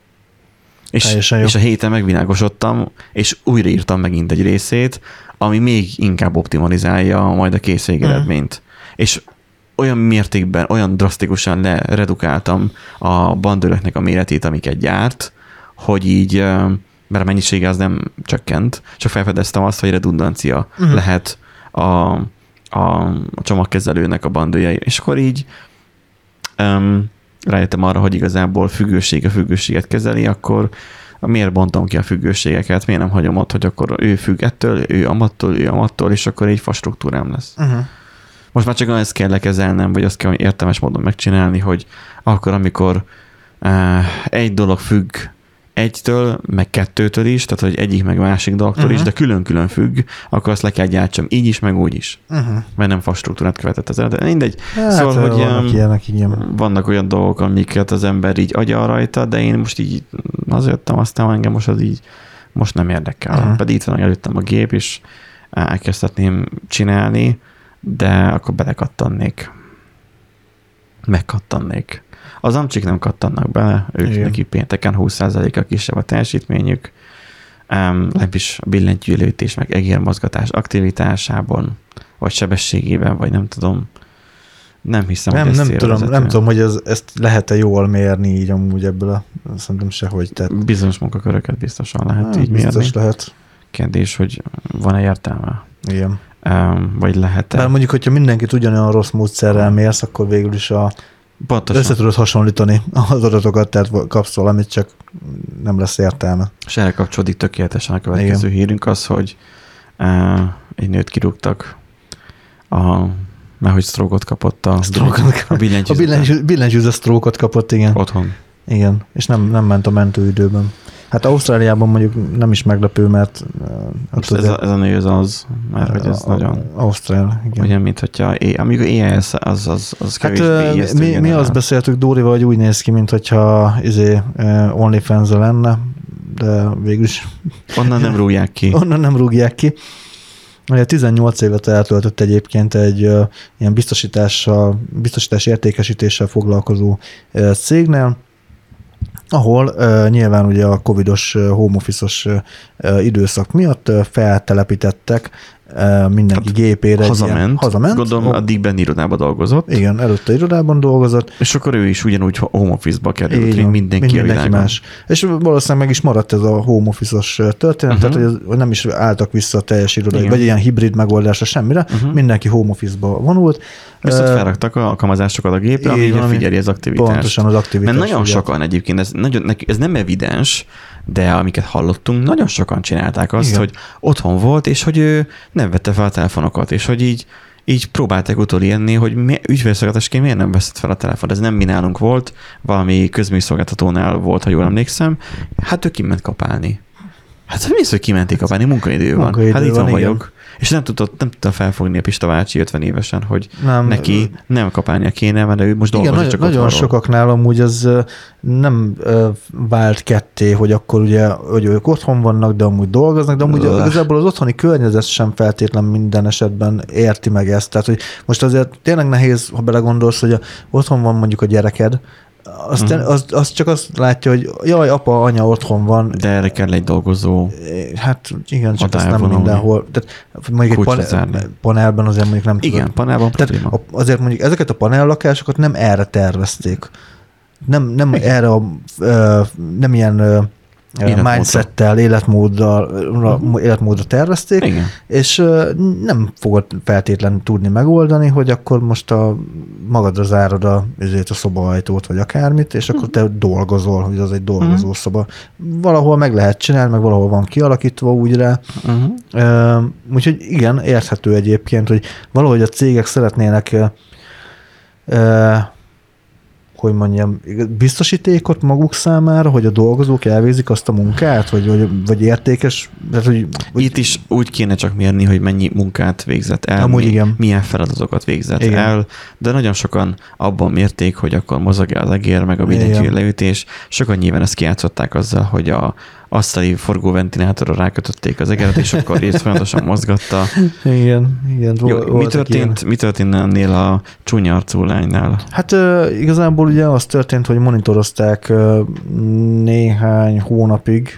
És, és a héten megvilágosodtam, és újraírtam megint egy részét, ami még inkább optimalizálja majd a kész végeredményt. Mm. És olyan mértékben, olyan drasztikusan leredukáltam a bandőröknek a méretét, amiket gyárt, hogy így, mert a mennyisége az nem csökkent, csak felfedeztem azt, hogy redundancia mm. lehet a, a, a csomagkezelőnek a bandőjei. És akkor így um, rájöttem arra, hogy igazából függőség a függőséget kezeli, akkor miért bontom ki a függőségeket, miért nem hagyom ott, hogy akkor ő függ ettől, ő amattól, ő amattól, és akkor egy fastruktúrám lesz. Uh-huh. Most már csak ezt kell lekezelnem, vagy azt kell értelmes módon megcsinálni, hogy akkor, amikor uh, egy dolog függ egytől, meg kettőtől is, tehát hogy egyik meg másik dologtól uh-huh. is, de külön-külön függ, akkor azt le kell gyártsam így is, meg úgy is. Uh-huh. Mert nem fastruktúrát követett az eredet. Mindegy. Hát, szóval, hogy vannak, ilyenek, vannak olyan dolgok, amiket az ember így agyal rajta, de én most így azért jöttem, aztán engem most az így most nem érdekel. Uh-huh. Pedig itt van előttem a gép, és elkezdhetném csinálni, de akkor belekattannék. Megkattannék. Az amcsik nem kattannak bele, ők igen. Neki pénteken húsz százalékkal kisebb a teljesítményük, um, legalábbis a billentyűlőtés, meg egérmozgatás aktivitásában, vagy sebességében, vagy nem tudom. Nem hiszem, nem, hogy nem tudom, nem tudom, hogy ez, ezt lehet-e jól mérni így amúgy ebből a, szerintem sehogy. Tehát... Bizonyos munkaköröket biztosan lehet nem, így mérni. Biztos lehet. Kérdés, hogy van-e értelme? Igen. Um, vagy lehet-e? Bár mondjuk, hogyha mindenkit ugyanolyan rossz módszerrel mérsz, akkor végül is a pontosan. Össze tudod hasonlítani az adatokat, tehát kapsz valamit, csak nem lesz értelme. És erre kapcsolódik tökéletesen a következő igen. hírünk az, hogy uh, egy nőt kirúgtak, a, mert hogy stroke-ot kapott a, a billentyűző. A billentyűző stroke-ot kapott, igen. Otthon. Igen, és nem, nem ment a mentőidőben. Hát Ausztráliában mondjuk nem is meglepő, mert... Most ez, a, ez a nő az az, mert hogy ez a, nagyon... Ausztrál, igen. Ugyan, mint hogyha... Amikor é es az, az, az hát mi, mi azt beszéltük Dórival, hogy úgy néz ki, mint hogyha izé, uh, OnlyFans-a lenne, de végülis... Onnan nem rúgják ki. Onnan nem rúgják ki. tizennyolc évet eltöltött egyébként egy uh, ilyen biztosítással, biztosítás értékesítéssel foglalkozó uh, cégnél, ahol uh, nyilván ugye a covidos, uh, home office-os uh, időszak miatt uh, feltelepítettek uh, mindenki hát, gépére. Hazament. Ilyen, hazament. Gondolom, oh. addig benne irodában dolgozott. Igen, előtte irodában dolgozott. És akkor ő is ugyanúgy home office-ba került, így, mint mindenki, mindenki más. És valószínűleg meg is maradt ez a home office-os történet, uh-huh. tehát hogy nem is álltak vissza a teljes irodai, igen. vagy ilyen hibrid megoldásra semmire, uh-huh. mindenki home office-ba vonult. Viszont felraktak a alkalmazásokat a gépre, ami figyeli az aktivitást. Pontosan az aktivitást. Mert nagyon sokan egyébként, ez, nagyon, ez nem evidens, de amiket hallottunk, nagyon sokan csinálták azt, igen. hogy otthon volt, és hogy ő nem vette fel a telefonokat, és hogy így, így próbálták utolérni, hogy ügyfélszolgáltatásként miért nem veszett fel a telefon. Ez nem mi nálunk volt, valami közműszolgáltatónál volt, ha jól emlékszem. Hát ő kiment kapálni. Hát mi az, hogy kimenték kapálni? Munkaidő van. Munkaidő hát itt van, van vagyok. Igen. És nem tudta, nem tudta felfogni a Pista bácsi ötven évesen, hogy nem, neki nem kapálnia kéne, mert ő most dolgozik igen, csak nagyon otthonról. Sokaknál amúgy az nem vált ketté, hogy akkor ugye, hogy ők otthon vannak, de amúgy dolgoznak, de amúgy igazából az otthoni környezet sem feltétlen minden esetben érti meg ezt. Tehát, hogy most azért tényleg nehéz, ha belegondolsz, hogy otthon van mondjuk a gyereked, Azt, uh-huh. az, az csak azt látja, hogy jaj, apa, anya otthon van. De erre kell egy dolgozó. Hát igen, csak ezt nem mindenhol. Tehát mondjuk egy panel, panelben azért mondjuk nem igen, tudod. panelban probléma. Azért mondjuk ezeket a panellakásokat nem erre tervezték. nem, nem erre a, nem ilyen mindsettel, életmóddal, uh-huh. életmódra tervezték, igen. és nem fogod feltétlenül tudni megoldani, hogy akkor most a magadra zárod a, a szobaajtót, vagy akármit, és akkor te dolgozol, hogy az egy dolgozó uh-huh. szoba. Valahol meg lehet csinálni, meg valahol van kialakítva úgy rá. Uh-huh. Úgyhogy igen, érthető egyébként, hogy valahogy a cégek szeretnének hogy mondjam, biztosítékot maguk számára, hogy a dolgozók elvégzik azt a munkát, vagy, vagy, vagy értékes? Tehát, hogy, Itt is úgy kéne csak mérni, hogy mennyi munkát végzett el, Amúgy mi, igen. milyen feladatokat végzett igen. el, de nagyon sokan abban mérték, hogy akkor mozog-e az egér, meg a billentyű leütés. Sokan nyilván ezt kijátszották azzal, hogy a asztali forgóventilátorra rákötötték az egeret, és akkor részt folyamatosan mozgatta. Igen, igen. Jó, mi, történt, mi történt ennél a csúnya arcú lánynál? Hát uh, igazából ugye az történt, hogy monitorozták uh, néhány hónapig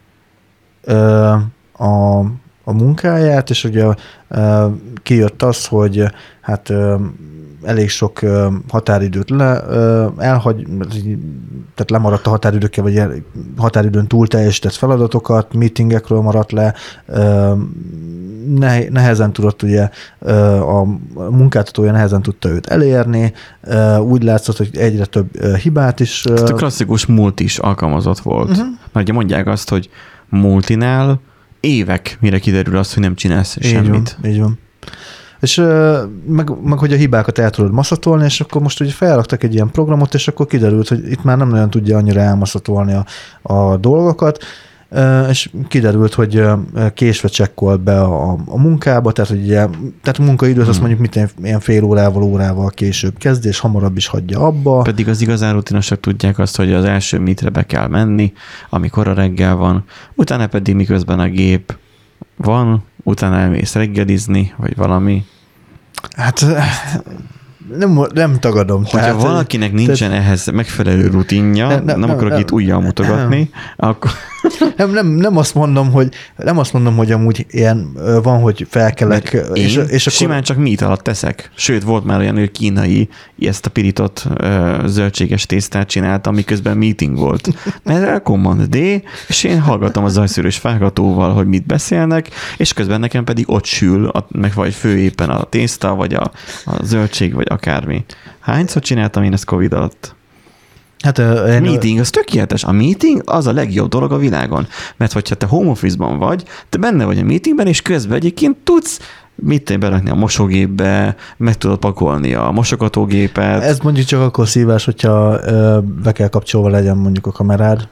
uh, a, a munkáját, és ugye uh, kijött az, hogy hát uh, elég sok uh, határidőt le, uh, elhagy, tehát lemaradt a határidőkkel, vagy határidőn túl teljesített feladatokat, meetingekről maradt le, uh, nehezen tudott ugye a munkáltatója nehezen tudta őt elérni, úgy látszott, hogy egyre több hibát is. Tehát a klasszikus multi is alkalmazott volt. Uh-huh. Mert ugye mondják azt, hogy multinál évek, mire kiderül azt, hogy nem csinálsz így semmit. Van, így van. És meg, meg, hogy a hibákat el tudod maszatolni, és akkor most ugye felraktak egy ilyen programot, és akkor kiderült, hogy itt már nem nagyon tudja annyira elmaszatolni a, a dolgokat, és kiderült, hogy késve csekkol be a, a munkába, tehát, hogy ugye, tehát a munkaidőt hmm. azt mondjuk mit ilyen fél órával, órával később kezd, és hamarabb is hagyja abba. Pedig az igazán rutinosak tudják azt, hogy az első meetre be kell menni, amikor a reggel van, utána pedig miközben a gép van, utána elmész reggelizni, vagy valami. Hát nem, nem tagadom. Hogyha tehát, valakinek nincsen tehát, ehhez megfelelő rutinja, nem, nem, nem akarok nem, itt ujjal mutogatni, nem. akkor... Nem, nem, nem, azt mondom, hogy, nem azt mondom, hogy amúgy ilyen van, hogy felkelek. Én és, és akkor... simán csak meet alatt teszek. Sőt, volt már olyan, hogy kínai ezt a pirított uh, zöldséges tésztát csináltam, miközben meeting volt. Mert Command D, és én hallgatom a zajszűrős válogatóval, hogy mit beszélnek, és közben nekem pedig ott sül, a, meg vagy fő éppen a tészta, vagy a, a zöldség, vagy akármi. Hányszor csináltam én ezt Covid alatt? Hát, uh, én... Meeting, az tökéletes. A meeting az a legjobb dolog a világon. Mert hogyha te home office-ban vagy, te benne vagy a meetingben, és közben egyébként tudsz mit tenni berakni a mosógépbe, meg tudod pakolni a mosogatógépet. Ez mondjuk csak akkor szívás, hogyha ö, be kell kapcsolva legyen mondjuk a kamerád.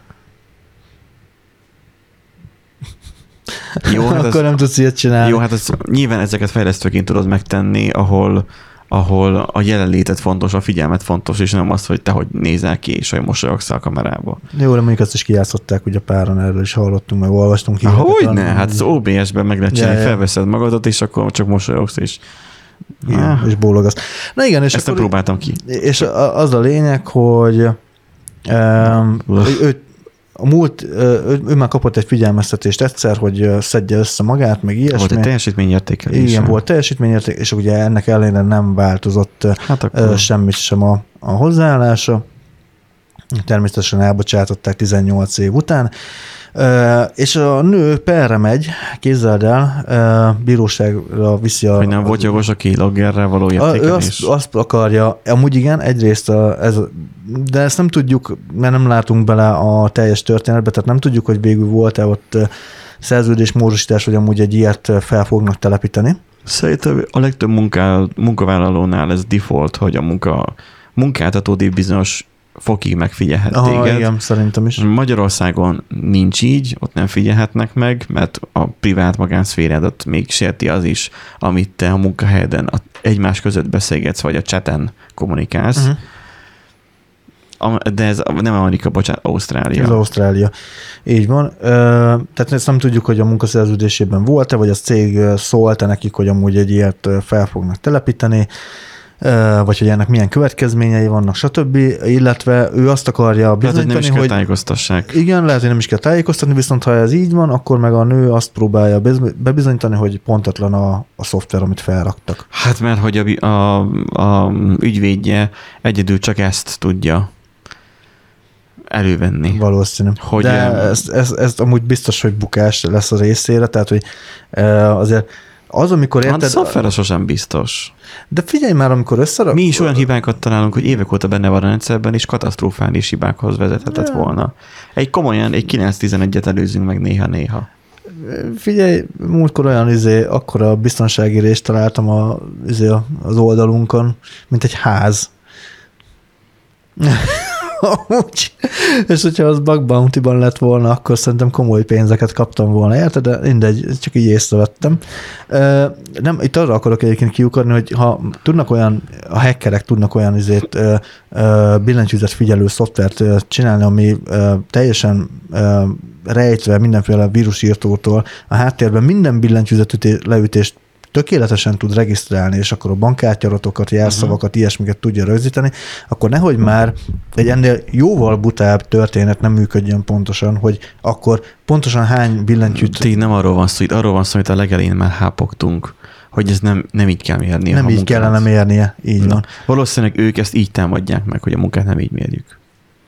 Jó, hát akkor az, nem tudsz ilyet csinálni. Jó, hát az, nyilván ezeket fejlesztőként tudod megtenni, ahol ahol a jelenlétet fontos, a figyelmet fontos, és nem az, hogy te hogy nézel ki, és hogy mosolyogsz a kamerába. Jó, de mondjuk azt is kijátszották, ugye páran erről is hallottunk, meg olvastunk. Hogyne? Hát az ó bé es-ben meg lehet csinálni, ja, ja. felveszed magadat, és akkor csak mosolyogsz, és... Igen, ah. és bólogasz. Na igen, és ezt nem próbáltam ki. És az a lényeg, hogy um, ő, a múlt, ő, ő már kapott egy figyelmeztetést egyszer, hogy szedje össze magát, meg ilyesmi. Volt egy teljesítményértékelés. Igen, volt teljesítményértékelés, és ugye ennek ellenére nem változott hát akkor... semmit sem a, a hozzáállása. Természetesen elbocsátották tizennyolc év után. És a nő perre megy, képzeld el, bíróságra viszi a... Hogy nem volt jogos a keyloggerrel való értékelés. Ő azt, azt akarja, amúgy igen, egyrészt a, ez, de ezt nem tudjuk, mert nem látunk bele a teljes történetbe, tehát nem tudjuk, hogy végül volt-e ott szerződésmódosítás, vagy amúgy egy ilyet fel fognak telepíteni. Szerintem a legtöbb munká, munkavállalónál ez default, hogy a munka, munkáltatód bizonyos fokig megfigyelhet Aha, téged. Igen, szerintem is. Magyarországon nincs így, ott nem figyelhetnek meg, mert a privát magánszférádat még sérti az is, amit te a munkahelyeden a egymás között beszélgetsz, vagy a chaten kommunikálsz. Uh-huh. De ez nem Amerika, bocsánat, Ausztrália. Ez Ausztrália. Így van. Tehát ezt nem tudjuk, hogy a munkaszerződésében volt-e, vagy a cég szólt-e nekik, hogy amúgy egy ilyet fel fognak telepíteni, vagy hogy ennek milyen következményei vannak, stb. Illetve ő azt akarja bizonyítani, lehet, hogy nem is kell tájékoztassák. Igen, lehet, hogy nem is kell tájékoztatni, viszont ha ez így van, akkor meg a nő azt próbálja bebizonyítani, hogy pontatlan a, a szoftver, amit felraktak. Hát mert hogy a, a, a ügyvédje egyedül csak ezt tudja. elővenni. Valószínű. Hogy De em, ez, ez, ez amúgy biztos, hogy bukás lesz a részére, tehát hogy azért az, amikor Hát érted... szoftverre sosem biztos. De figyelj már, amikor összerak... Mi is olyan hibákat találunk, hogy évek óta benne van a rendszerben, és katasztrofális hibákhoz vezethetett volna. Egy komolyan, egy kilenc tizenegyet előzünk meg néha-néha. Figyelj, múltkor olyan izé, akkora biztonsági részt találtam a, izé, az oldalunkon, mint egy ház. Amúgy. És hogyha az Bug Bounty-ban lett volna, akkor szerintem komoly pénzeket kaptam volna, érted? De mindegy, csak így észrevettem. Nem, itt arra akarok egyébként kiukadni, hogy ha tudnak olyan, a hackerek tudnak olyan izét, billentyűzet figyelő szoftvert csinálni, ami teljesen rejtve mindenféle vírusírtótól a háttérben minden billentyűzet leütést tökéletesen tud regisztrálni, és akkor a bankkártyaratokat, jelszavakat, uh-huh. ilyesmiket tudja rögzíteni, akkor nehogy már egy ennél jóval butább történet nem működjön pontosan, hogy akkor pontosan hány billentyűt... Ti nem arról van szó, itt arról van szó, amit a legelején már hápogtunk, hogy ez nem, nem így kell mérni. Nem így munkát. Kellene mérnie, így Na, van. Valószínűleg ők ezt így támadják meg, hogy a munkát nem így mérjük.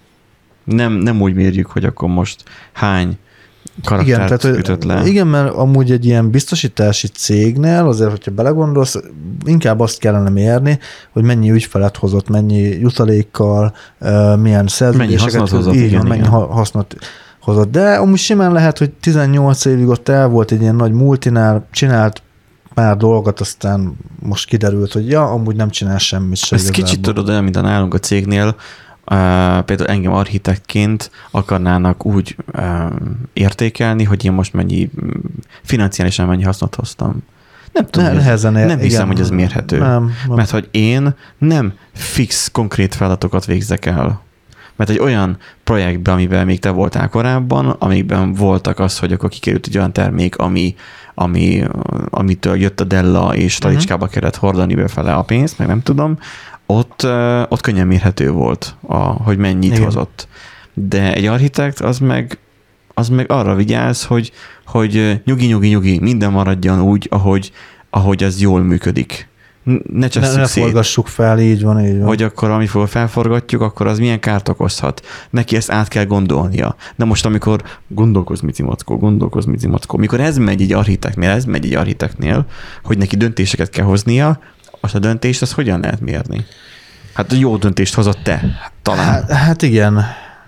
Nem, nem úgy mérjük, hogy akkor most hány karaktert igen, tehát, ütött le. Igen, mert amúgy egy ilyen biztosítási cégnél azért, hogyha belegondolsz, inkább azt kellene mérni, hogy mennyi ügyfelet hozott, mennyi jutalékkal, milyen szerződéseket. Mennyi hasznot hozott. Igen, igen, mennyi igen. hasznot hozott. De amúgy simán lehet, hogy tizennyolc évig ott el volt egy ilyen nagy multinál, csinált pár dolgot, aztán most kiderült, hogy ja, amúgy nem csinál semmit se. Ez kicsit tudod olyan, mint a nálunk a cégnél, Uh, például engem architektként akarnának úgy uh, értékelni, hogy én most mennyi financiálisan mennyi hasznot hoztam. Nem tudom, ne, ez, nem igen, hiszem, hogy ez nem, mérhető. Nem, nem. Mert hogy én nem fix, konkrét feladatokat végzek el. Mert egy olyan projektben, amiben még te voltál korábban, amikben voltak az, hogy akkor kikerült egy olyan termék, ami, ami, amitől jött a Della, és talicskába uh-huh. kellett hordani befele a pénzt, meg nem tudom, Ott, ott könnyen mérhető volt, a, hogy mennyit igen. hozott. De egy architekt az meg, az meg arra vigyáz, hogy, hogy nyugi, nyugi, nyugi, minden maradjon úgy, ahogy, ahogy ez jól működik. Ne csesszük ne, ne szét. forgassuk fel, így van, így van. Hogy akkor, amikor felforgatjuk, akkor az milyen kárt okozhat. Neki ezt át kell gondolnia. De most, amikor gondolkoz, Mici Mackó, gondolkoz, Mici Mackó, mikor ez megy egy architektnél, ez megy egy architektnél, hogy neki döntéseket kell hoznia, azt a döntést, azt hogyan lehet mérni? Hát jó döntést hozott te, talán. Hát, hát igen.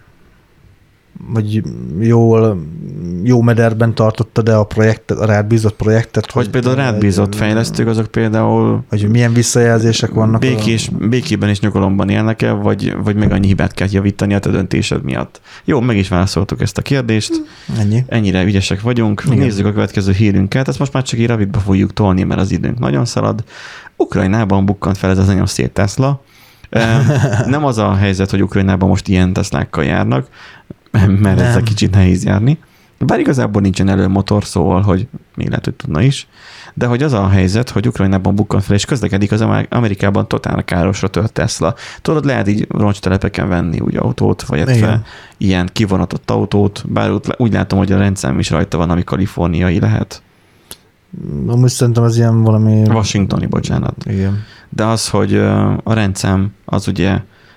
Vagy jól, jó mederben tartotta, de a projektet, a rád bízott projektet. Hogy, hogy például rád bízott fejlesztők, azok például... Hogy milyen visszajelzések vannak. Békés, a... Békében és nyugalomban élnek el, vagy, vagy meg annyi hibát kell javítani a te döntésed miatt. Jó, meg is válaszoltuk ezt a kérdést. Ennyi. Ennyire ügyesek vagyunk. Igen. Nézzük a következő hírünket. Ezt most már csak így rövidbe fogjuk tolni, mert az időnk nagyon szalad. Ukrajnában bukkant fel ez az nagyon szép Tesla. Nem az a helyzet, hogy Ukrajnában most ilyen Teslákkal járnak, mert ez egy kicsit nehéz járni. Bár igazából nincsen elő motor, szóval, hogy még lehet, hogy tudna is. De hogy az a helyzet, hogy Ukrajnában bukkant fel, és közlekedik az Amerikában totál károsra tört Tesla. Tudod, lehet így roncstelepeken venni úgy autót, vagy ettve ilyen kivonatott autót, bár úgy látom, hogy a rendszám is rajta van, ami kaliforniai lehet. Amúgy szerintem ez ilyen valami... Washingtoni, bocsánat. Igen. De az, hogy a rendszám az ugye,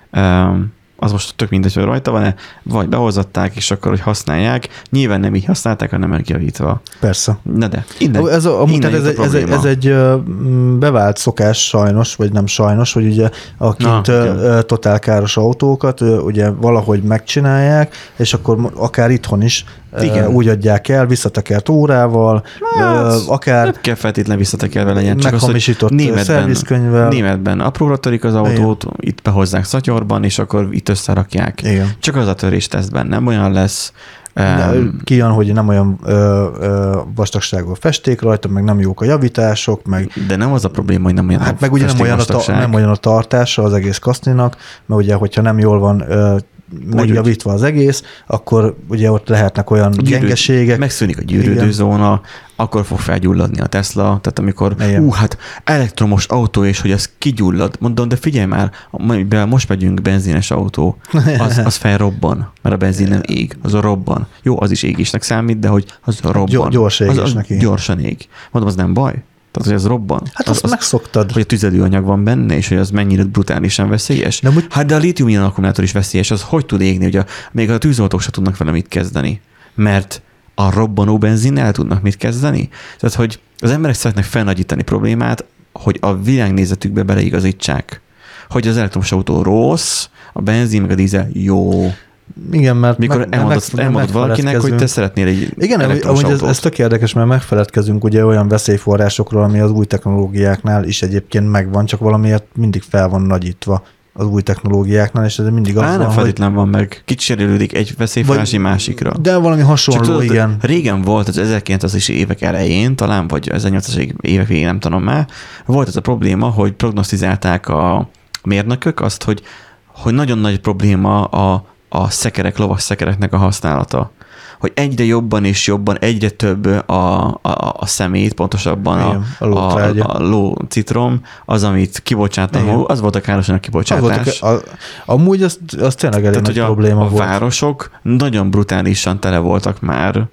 az most tök mindegy, hogy rajta van-e, vagy behozatták, és akkor, hogy használják. Nyilván nem így használták, hanem megjavítva. Persze. Na de, innen, ez, a, innen ez, egy, ez, egy, ez egy bevált szokás sajnos, vagy nem sajnos, hogy ugye a kint Na, totál káros autókat ugye valahogy megcsinálják, és akkor akár itthon is igen. úgy adják el, visszatekert órával, hát, akár... Nem kell feltétlenül visszatekerve legyen, csak meghamisított szervizkönyvvel. Németben apróra törik az autót, igen. itt behozzák szatyorban, és akkor itt összerakják. Igen. Csak az a töréstesztben nem olyan lesz. Um, Kijön, hogy nem olyan ö, ö, vastagságú festék rajta, meg nem jók a javítások, meg... De nem az a probléma, hogy nem olyan hát meg ugye nem olyan, a ta, nem olyan a tartása az egész kaszninak, mert ugye, hogyha nem jól van ö, megjavítva az egész, akkor ugye ott lehetnek olyan Gyűrű, gyengeségek. Megszűnik a gyűrődőzóna, akkor fog felgyulladni a Tesla, tehát amikor ú, hát elektromos autó, és hogy ez kigyullad. Mondom, de figyelj már, most megyünk benzines autó, az, az felrobban, mert a benzin nem ég, az a robban. Jó, az is égésnek számít, de hogy az robban. Gyors égésnek. Az, az gyorsan ég. Mondom, az nem baj. Tehát, hogy ez robban. Hát az, azt az, megszoktad. hogy a tüzelőanyag van benne, és hogy az mennyire brutálisan veszélyes. De úgy... Hát de a lítium-ion akkumulátor is veszélyes, az hogy tud égni, hogy a, még a tűzoltók se tudnak vele mit kezdeni. Mert a robbanó benzinnel tudnak mit kezdeni. Tehát, hogy az emberek szeretnek felnagyítani problémát, hogy a világnézetükbe beleigazítsák. Hogy az elektromos autó rossz, a benzin meg a dízel jó. Igen, mert mikor meg, elmondod, meg, elmondod valakinek, hogy te szeretnél egy igen, elektromos amúgy ez, autót. ez tök érdekes, mert megfeledkezünk ugye olyan veszélyforrásokról, ami az új technológiáknál is egyébként megvan, csak valamiért mindig fel van nagyítva az új technológiáknál, és ez mindig az Á, van, nem feltétlen hogy... van meg. Kicserélődik egy veszélyforrási másikra. De valami hasonló, tudod, igen. Régen volt az ezerkilencszázas évek elején, talán, vagy ezernyolcszázas évek végén, nem tudom már, volt ez a probléma, hogy prognosztizálták a mérnökök azt, hogy, hogy nagyon nagy probléma a, a szekerek, lovas szekereknek a használata. Hogy egyre jobban és jobban, egyre több a, a, a szemét, pontosabban a, igen, a, a, a lócitrom, az, amit kibocsátanak, az volt a károsan a kibocsátás. A, a, amúgy az, az tényleg elég Tehát, nagy hogy a, probléma a volt. A városok nagyon brutálisan tele voltak már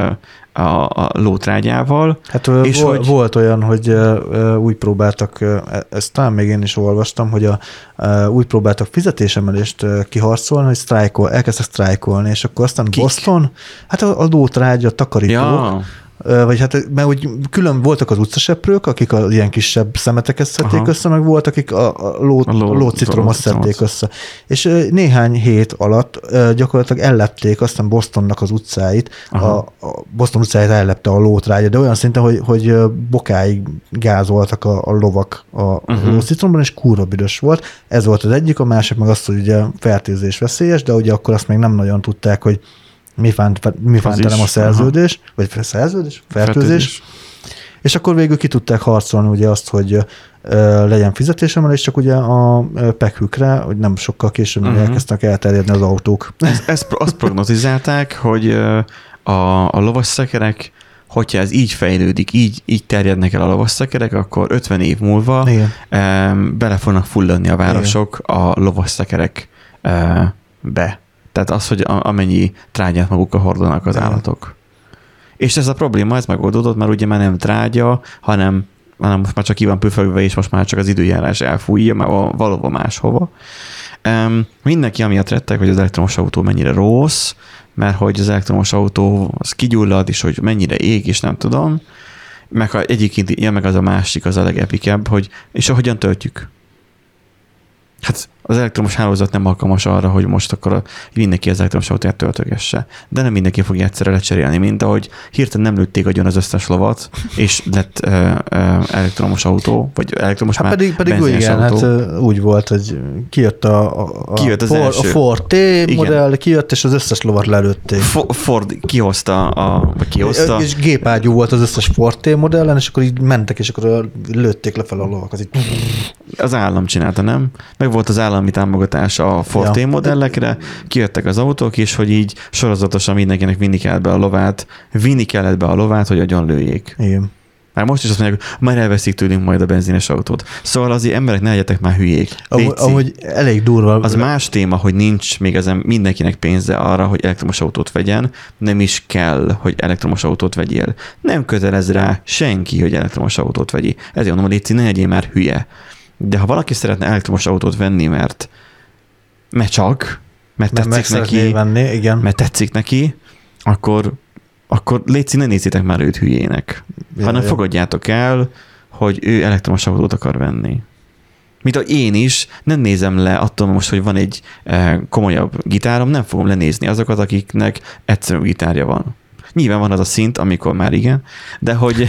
a, a lótrágyával. Hát és vol, hogy... volt olyan, hogy uh, úgy próbáltak, uh, ezt talán még én is olvastam, hogy a, uh, úgy próbáltak fizetésemelést uh, kiharcolni, hogy sztrájkol, elkezdtek sztrájkolni, és akkor aztán Kik? Boston, hát a, a lótrágya, takarítók, ja. Vagy hát, mert úgy külön voltak az utcaseprők, akik a ilyen kisebb szemeteket szedték Aha. össze, meg voltak, akik a, a, ló, a, ló, a lócitromot szedték össze. És néhány hét alatt gyakorlatilag ellepték aztán Bostonnak az utcáit, a, a Boston utcáit ellepte a lótrágya, de olyan szinten, hogy, hogy bokáig gázoltak a, a lovak a, uh-huh. a lócitromban, és kurva büdös volt. Ez volt az egyik, a másik meg az, hogy ugye fertőzés veszélyes, de ugye akkor azt még nem nagyon tudták, hogy mi fánt, mi fánt nem a szerződés, aha. vagy szerződés, fertőzés, fertőzés, és akkor végül ki tudták harcolni ugye azt, hogy ö, legyen fizetésemelés, csak ugye a pekükre, hogy nem sokkal később uh-huh. elkezdtek elterjedni az autók. Ez, ezt, azt prognozizálták, hogy a, a lovasszekerek, hogyha ez így fejlődik, így, így terjednek el a lovasszekerek, akkor ötven év múlva um, bele fognak fulladni a városok Igen. a lovasszekerekbe. Tehát az, hogy amennyi trágyát magukkal hordanak az állatok. És ez a probléma, ez megoldódott, mert ugye már nem trágya, hanem, hanem most már csak ki van püfögve, és most már csak az időjárás elfújja, már valóban máshova. Um, mindenki amiatt rettek, hogy az elektromos autó mennyire rossz, mert hogy az elektromos autó az kigyullad, és hogy mennyire ég, és nem tudom. Meg ha egyébként ilyen, meg az a másik, az a legepikebb, hogy és hogyan töltjük. Hát az elektromos hálózat nem alkalmas arra, hogy most akkor mindenki az elektromos autóját töltögesse. De nem mindenki fogja egyszerre lecserélni, mint ahogy hirtelen nem lőtték agyon az összes lovat, és lett uh, uh, elektromos autó, vagy elektromos hát már pedig, pedig úgy, igen, hát úgy volt, hogy kijött a, a, kijött az Ford, a Ford T igen. modell, kijött, és az összes lovat lelőtték. Ford kihozta, a, vagy kihozta. És gépágyú volt az összes Ford T modellen, és akkor így mentek, és akkor lőtték le fel a lovakat. Így. Az állam csinálta, nem? Meg volt az állami támogatás a Ford ja. T modellekre, kijöttek az autók is, hogy így sorozatosan mindenkinek vinni kellett be a lovát, vinni kellett be a lovát, hogy agyon lőjék. Igen. Már most is azt mondják, hogy már elveszik tőlünk majd a benzines autót. Szóval azért emberek ne legyetek már hülyék. Amúgy, amúgy elég durva. Az más téma, hogy nincs még ezen mindenkinek pénze arra, hogy elektromos autót vegyen, nem is kell, hogy elektromos autót vegyél. Nem kötelez rá senki, hogy elektromos autót vegyi. Ezért mondom, hogy Léci, ne legyél már hülye. De ha valaki szeretne elektromos autót venni, mert, mert csak, mert tetszik mert neki, venni, igen. mert tetszik neki, akkor, akkor létszik, ne nézzétek már őt hülyének, ja, hanem ja. fogadjátok el, hogy ő elektromos autót akar venni. Mint ahogy én is nem nézem le attól most, hogy van egy eh, komolyabb gitárom, nem fogom lenézni azokat, akiknek egyszerű gitárja van. Nyilván van az a szint, amikor már igen, de hogy...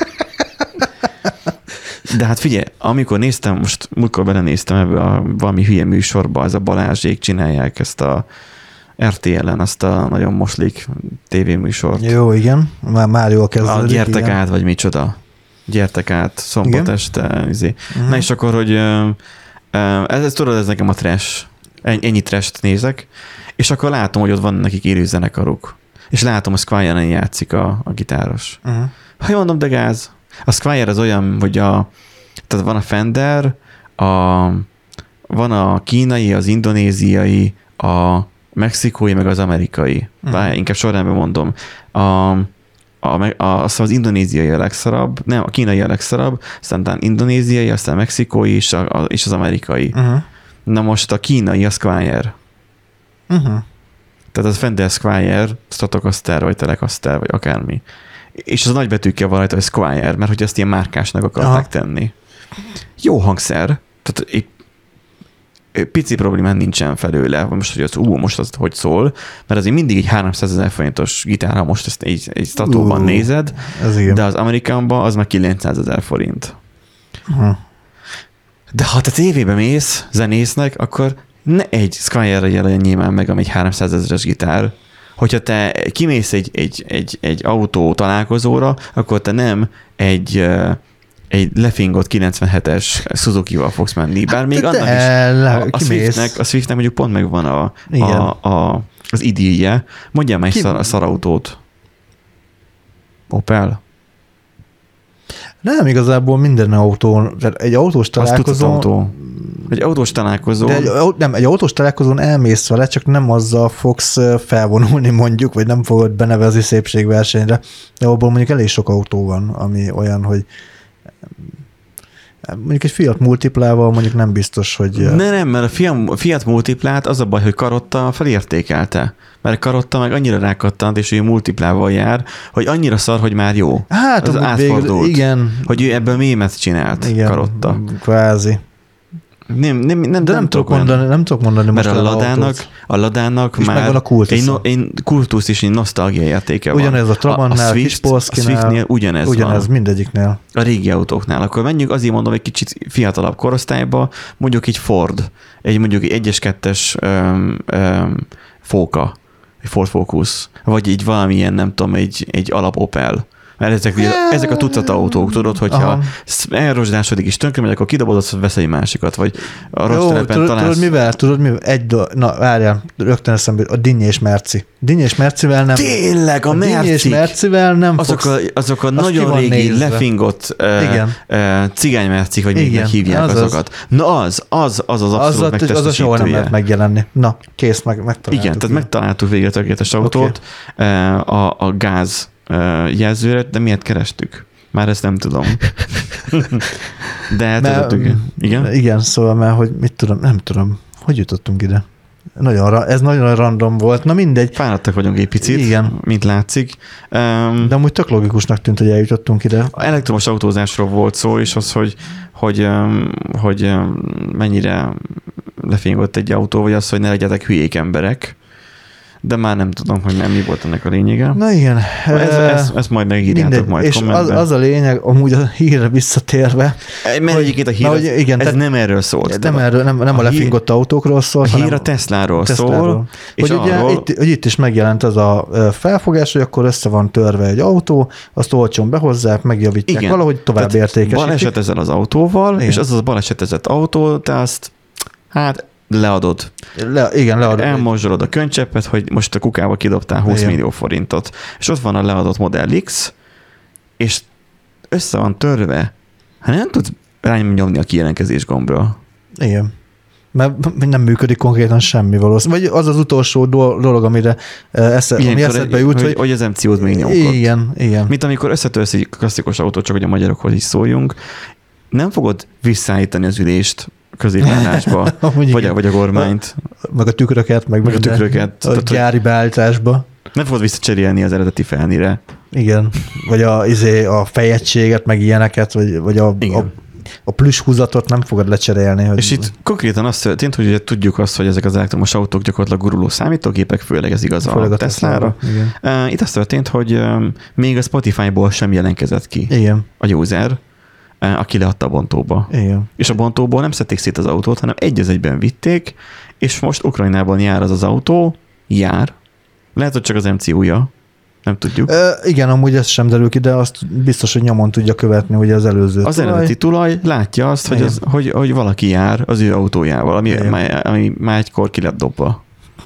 De hát figyelj, amikor néztem, most múltkor belenéztem ebbe a valami hülye műsorba, az a Balázsék csinálják ezt a er té el-en, azt a nagyon moslik tévéműsort. Jó, igen, már, már jól kezdődik. A gyertek igen. át, vagy micsoda. Gyertek át, szombat igen? este. Izé. Uh-huh. Na és akkor, hogy ez, ez tudod, ez nekem a trash. Ennyi trash-t nézek, és akkor látom, hogy ott van nekik élő zenekaruk. És látom, hogy Squire-en játszik a, a gitáros. Uh-huh. Ha mondom, de gáz. A Squire az olyan, hogy a, tehát van a Fender, a, van a kínai, az indonéziai, a mexikói, meg az amerikai. Uh-huh. Bár inkább sorrendben mondom. A, a, a, az, az indonéziai a legszarabb, nem, a kínai a legszarabb, aztán a indonéziai, aztán a mexikói és, a, a, és az amerikai. Uh-huh. Na most a kínai a Squire. Uh-huh. Tehát az Fender Squire, Stratocaster, vagy Telecaster, vagy akármi. És az a nagybetűkkel van rajta, hogy Squire, mert hogy azt ilyen márkásnak akarták Aha. tenni. Jó hangszer, tehát egy pici problémán nincsen felőle, most, hogy az ú, most az hogy szól, mert azért mindig egy háromszázezer forintos gitár, ha most ezt egy, egy statóban uh, nézed, de az Amerikánban az már kilencszázezer forint. Uh-huh. De ha te tévébe mész zenésznek, akkor ne egy Squire-re jelenjél már meg, ami egy háromszázezeres gitár. Hogyha te kimész egy, egy, egy, egy autó találkozóra, akkor te nem egy, egy lefingott kilencvenhetes Suzuki-val fogsz menni. Bár még annak is a, a, Swiftnek, a Swiftnek mondjuk pont megvan a, a, a, az idíje. Mondjál már egy szar, szarautót. Opel? Nem, igazából minden autó, egy autós találkozó... autó. Egy autós találkozó. De egy, nem, egy autós találkozón elmész vele, csak nem azzal fogsz felvonulni mondjuk, vagy nem fogod benevezni szépségversenyre. De abból mondjuk elég sok autó van, ami olyan, hogy mondjuk egy Fiat Multiplával mondjuk nem biztos, hogy... Ne, nem, mert a Fiat, Fiat Multiplát az a baj, hogy Karotta felértékelte. Mert Karotta meg annyira rákattant, és ő Multiplával jár, hogy annyira szar, hogy már jó. Hát, az átfordult. Igen. Hogy ő ebből mémet csinált, igen, Karotta. Kvázi. Nem, nem, nem, de nem, nem, tudok mondani, nem tudok mondani mert most a Ladának, a Ladának már a kultusz. egy, egy kultusz és egy nosztalgia értéke van. Ugyanez a Trabantnál, Kispolszkinál, a Swiftnél ugyanez, ugyanez van. Mindegyiknél. A régi autóknál. Akkor menjünk, azért mondom, egy kicsit fiatalabb korosztályba, mondjuk egy Ford, egy mondjuk egy egyes kettes um, um, Fóka, egy Ford Focus, vagy egy valamilyen, nem tudom, egy, egy alap Opel. Mert ezek, ugye, ezek a tucat autók, tudod, hogyha elrosdásodik is tönkre megy, akkor kidobod, azt vesz egy másikat, vagy a rossz telepen tudod, találsz. Tudod mivel? Tudod mivel? Egy do... Na, várjál, rögtön eszembe, a Dinnye és Merci. Dinnye és Mercivel nem... Tényleg, a, a Merci. Dinnye és Mercivel nem azok fogsz... A, azok a nagyon régi, nézve. lefingott uh, uh, cigánymercik, vagy még hívják az azokat. Az. Na az, az, az az abszolút megtestesítője. Az a soha nem lehet megjelenni. Na, kész, meg, megtaláltuk. Igen, tehát megtaláltuk végre a tökéletes autót. Okay. A, a gáz jelzőre, de miért kerestük? Már ezt nem tudom. De eltudottuk. Igen? Igen, szóval már, hogy mit tudom, nem tudom. Hogy jutottunk ide? Nagyon, ez nagyon random volt. Na mindegy. Fáradtak vagyunk egy picit, igen, mint látszik. Um, de amúgy tök logikusnak tűnt, hogy eljutottunk ide. Elektromos autózásról volt szó, és az, hogy, hogy, hogy mennyire lefingott egy autó, vagy az, hogy ne legyetek hülyék emberek. De már nem tudom, hogy nem mi volt ennek a lényege. Na igen. Ez, ez, ezt majd megírjátok mindegy, majd és kommentben. Az, az a lényeg, amúgy a hírre visszatérve. Mert egyébként a hír, na, hogy, igen, ez tehát, nem erről szólt. Nem, erről, nem, nem a, a lefingott hír, autókról szól, a hír hanem a Tesláról, Tesláról szól. És hogy, ugye, arról, itt, hogy itt is megjelent az a felfogás, hogy akkor össze van törve egy autó, azt olcsón behozzák, megjavítják, igen, valahogy tovább értékesítik. Balesetezel az autóval, igen, és az az balesetezett autó, te azt hát leadod. Le, igen, leadod. Elmozsolod a könycseppet, hogy most a kukába kidobtál húsz igen. millió forintot. És ott van a leadott Model X, és össze van törve. Hát nem tudsz rányomni a kijelentkezés gombra. Igen. Mert nem működik konkrétan semmi valószínű. Vagy az az utolsó dolog, amire esze, ami eszedbe jut, hogy, hogy... hogy az em cé ó-t még nyomkod. Igen, igen. Mint amikor összetörsz egy klasszikus autót, csak hogy a magyarokhoz is szóljunk, nem fogod visszaállítani az ülést középlátásba, vagy, a, vagy a kormányt. Meg a tükröket, meg, meg a tükröket. A tehát, gyári beállításba. Nem fogod visszacserélni az eredeti felnire. Igen. Vagy a, izé, a fejegységet, meg ilyeneket, vagy, vagy a, a, a plusz húzatot nem fogod lecserélni. Hogy... És itt konkrétan azt történt, hogy ugye tudjuk azt, hogy ezek az elektromos autók gyakorlatilag guruló számítógépek, főleg ez igaz főleg a, a Teslára. Uh, itt azt történt, hogy um, még a Spotify-ból sem jelentkezett ki igen. a user, aki leadta a bontóba. Igen. És a bontóból nem szedték szét az autót, hanem egy az egyben vitték, és most Ukrajnában jár az az autó, jár. Lehet, hogy csak az em cé ó-ja, nem tudjuk. E, igen, amúgy ez sem derül ki, de azt biztos, hogy nyomon tudja követni ugye az előző az tulaj. eredeti tulaj látja azt, hogy, az, hogy, hogy valaki jár az ő autójával, ami, már, ami már egykor ki lett dobva.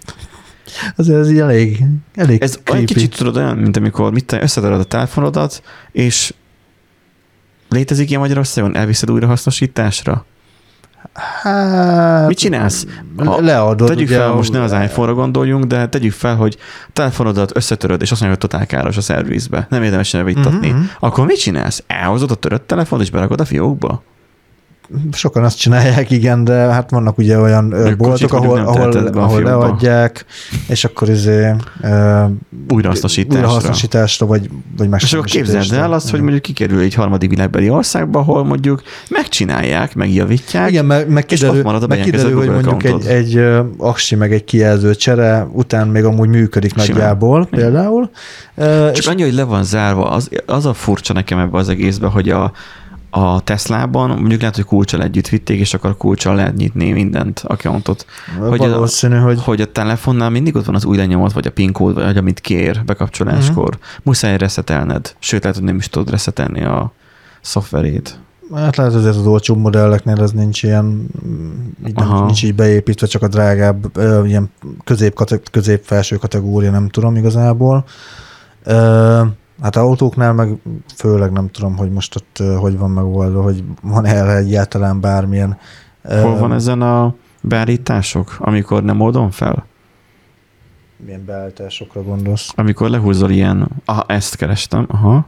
Azért ez így elég, elég ez egy kicsit tudod olyan, mint amikor mit összedarod a telefonodat, és létezik ilyen Magyarországon? Elviszed újra hasznosításra? Hát... Mit csinálsz? A, leadod. Tegyük ugye, fel, most ne az iPhone-ra gondoljunk, de tegyük fel, hogy telefonodat összetöröd, és azt mondja, hogy totál káros a szervizbe. Nem érdemes javítani. Uh-huh. Akkor mit csinálsz? Elhozod a törött telefont, és berakod a fiókba? Sokan azt csinálják, igen, de hát vannak ugye olyan Ők boltok, ahol, ahol, ahol leadják, és akkor izé uh, újrahasznosításra. újrahasznosításra, vagy, vagy más. És akkor képzeld el azt, hogy mondjuk kikerül egy harmadik világbeli országba, ahol mondjuk megcsinálják, megjavítják, igen, meg, meg és kiderül, ott marad a meg kiderül, hogy mondjuk egy, egy uh, aksi, meg egy kijelző csere után még amúgy működik Simán. Nagyjából igen. Például. Uh, Csak annyi, hogy le van zárva, az, az a furcsa nekem ebbe az egészben, hogy a A Teslában mondjuk lehet, hogy kulccsal együtt vitték, és akkor kulccsal lehet nyitni mindent, accountot. Hogy Valószínű, a, hogy... hogy a telefonnál mindig ott van az új lenyomat, vagy a PIN kód, vagy amit kér bekapcsoláskor. Uh-huh. Muszáj reszetelned. Sőt, lehet, hogy nem is tudod reszetelni a szoftverét. Hát lehet, hogy az olcsóbb modelleknél ez nincs ilyen, így nem, nincs így beépítve, csak a drágább, ö, ilyen közép, közép-felső kategória, nem tudom igazából. Ö, Hát autóknál meg főleg nem tudom, hogy most ott uh, hogy van megoldva, hogy van erre egyáltalán bármilyen... Hol uh, van ezen a beállítások, amikor nem oldom fel? Milyen beállításokra gondolsz? Amikor lehúzol ilyen... Aha, ezt kerestem, aha.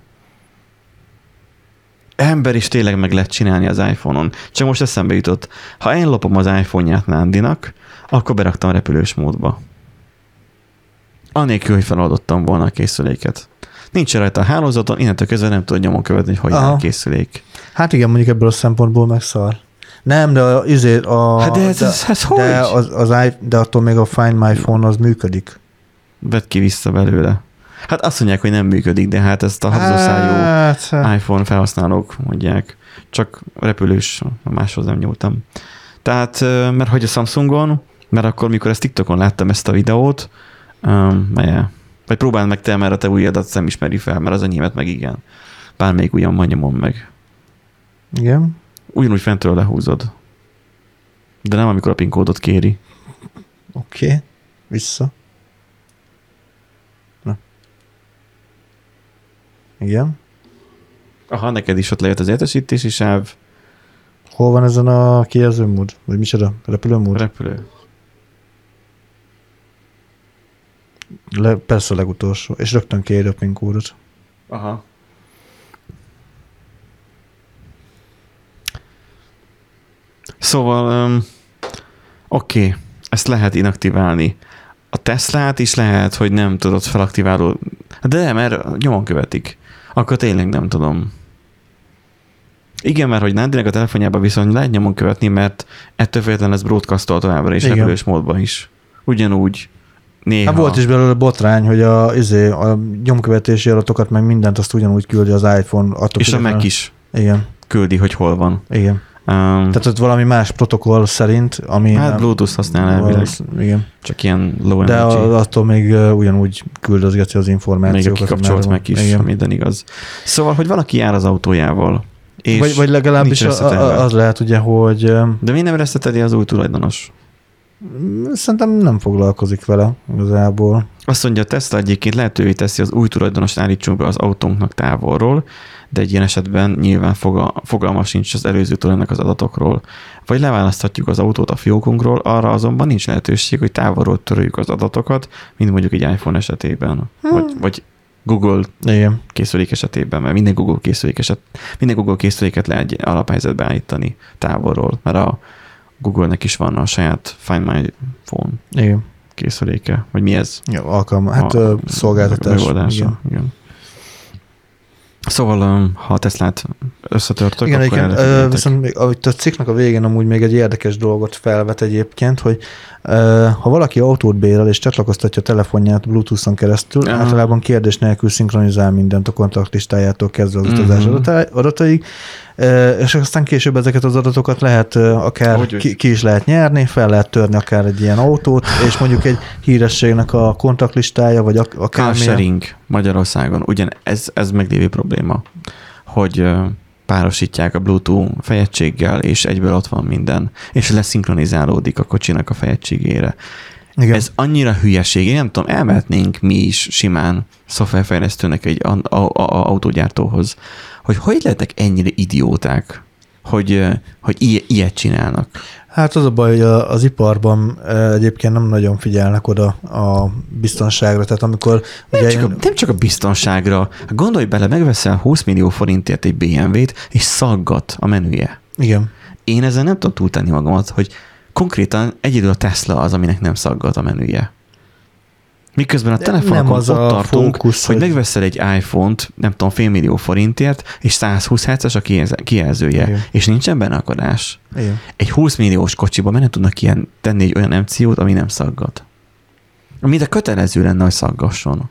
Ember is tényleg meg lehet csinálni az iPhone-on. Csak most eszembe jutott. Ha én lopom az iPhone-ját Nándinak, akkor beraktam repülős módba. Anélkül, hogy feladottam volna a készüléket. Nincs rajta a hálózaton, innentől kezdve nem tudod nyomon követni, hogy hogy áll készülék. Hát igen, mondjuk ebből a szempontból megszar. Nem, de azért a... Hát de ez, de, ez, ez de, hogy? Az, az, de attól még a Find My Phone az működik. Vedd ki vissza belőle. Hát azt mondják, hogy nem működik, de hát ezt a habzószájú hát, iPhone felhasználók mondják. Csak repülős, máshoz nem nyúltam. Tehát, mert hogy a Samsungon, mert akkor, mikor ezt TikTokon láttam ezt a videót, um, melyel, vagy próbáld meg te, mert a te ujjadat nem ismeri fel, mert az enyémet meg igen. Bármelyik ujjam van, nyomom meg. Igen. Ugyanúgy fentről lehúzod. De nem, amikor a PIN kódot kéri. Oké. Okay. Vissza. Na. Igen. Aha, neked is ott lejött az értesítési sáv. Hol van ezen a kijelzőmód? Vagy micsoda? Repülőmód? Repülő. Le, persze a legutolsó. És rögtön kéri a PIN kódot. Aha. Szóval, um, oké, okay, ezt lehet inaktiválni. A Teslát is lehet, hogy nem tudod felaktiválni. De mert nyomon követik. Akkor tényleg nem tudom. Igen, mert hogy Nándinek a telefonjában viszont lehet nyomon követni, mert ettől függetlenül ez broadcastol továbbra és repülős módban is. Ugyanúgy. Néha. Hát volt is belőle botrány, hogy a, izé, a nyomkövetési adatokat meg mindent azt ugyanúgy küldi az iPhone. És a Mac is igen. küldi, hogy hol van. Igen. Um, Tehát ott valami más protokoll szerint, ami... Hát nem, Bluetooth használ elvileg. Igen. Csak ilyen low de energy. De attól még ugyanúgy küldözgeti az információkat. Még a kikapcsolt meg is, igen. Minden igaz. Szóval, hogy valaki jár az autójával. És vagy, vagy legalábbis a, az lehet ugye, hogy... De mi nem reszeteli az új tulajdonos? Szerintem nem foglalkozik vele igazából. Azt mondja, a Tesla egyébként lehetővé teszi az új tulajdonost állítsunk be az autónknak távolról, de egy ilyen esetben nyilván fogal, fogalma sincs az előző tulajdonosnak az adatokról. Vagy leválaszthatjuk az autót a fiókunkról, arra azonban nincs lehetőség, hogy távolról töröljük az adatokat, mint mondjuk egy iPhone esetében. Hmm. Vagy, vagy Google igen. készülék esetében, mert minden Google készülék eset, minden Google készüléket lehet egy alaphelyzetbe állítani távolról, mert a Google-nek is van a saját Find My Phone igen. készüléke. Vagy mi ez? Ja, alkalma. Hát a, szolgáltatás. Megoldása. Igen. Igen. Szóval, ha a Teslát összetörtök, igen, akkor igen, viszont még, ahogy a cikknek a végén amúgy még egy érdekes dolgot felvet egyébként, hogy ha valaki autót bérel és csatlakoztatja a telefonját Bluetooth-on keresztül, uh-huh. általában kérdés nélkül szinkronizál mindent a kontaktlistájától kezdve az utazás uh-huh. adataig, és aztán később ezeket az adatokat lehet akár hogy, ki, ki is lehet nyerni, fel lehet törni akár egy ilyen autót, és mondjuk egy hírességnek a kontaktlistája, vagy akár car sharing Magyarországon, ugyan ez, ez meglévő probléma, hogy párosítják a Bluetooth fejegységgel, és egyből ott van minden, és leszinkronizálódik a kocsinak a fejegységére. Igen. Ez annyira hülyeség, én nem tudom, elmehetnénk mi is simán szoftverfejlesztőnek egy a, a, a, autógyártóhoz, hogy hogy lehetnek ennyire idióták, hogy, hogy ilyet csinálnak. Hát az a baj, hogy az iparban egyébként nem nagyon figyelnek oda a biztonságra, tehát amikor... Nem, ugye csak, a, nem csak a biztonságra. Gondolj bele, megveszel húsz millió forintért egy bé em vét, és szaggat a menüje. Igen. Én ezzel nem tudom túltenni magamat, hogy konkrétan egyedül a Tesla az, aminek nem szaggat a menüje. Miközben a telefonokon ott a tartunk, fókusz, hogy megveszel egy iPhone-t, nem tudom, félmillió forintért, és száz húsz hertzes a kijelzője, igen. És nincsen benne akadás. Igen. Egy húsz milliós kocsiba nem tudnak ilyen tenni egy olyan em cé ó-t, ami nem szaggat. Ami de kötelező lenne, hogy szaggasson.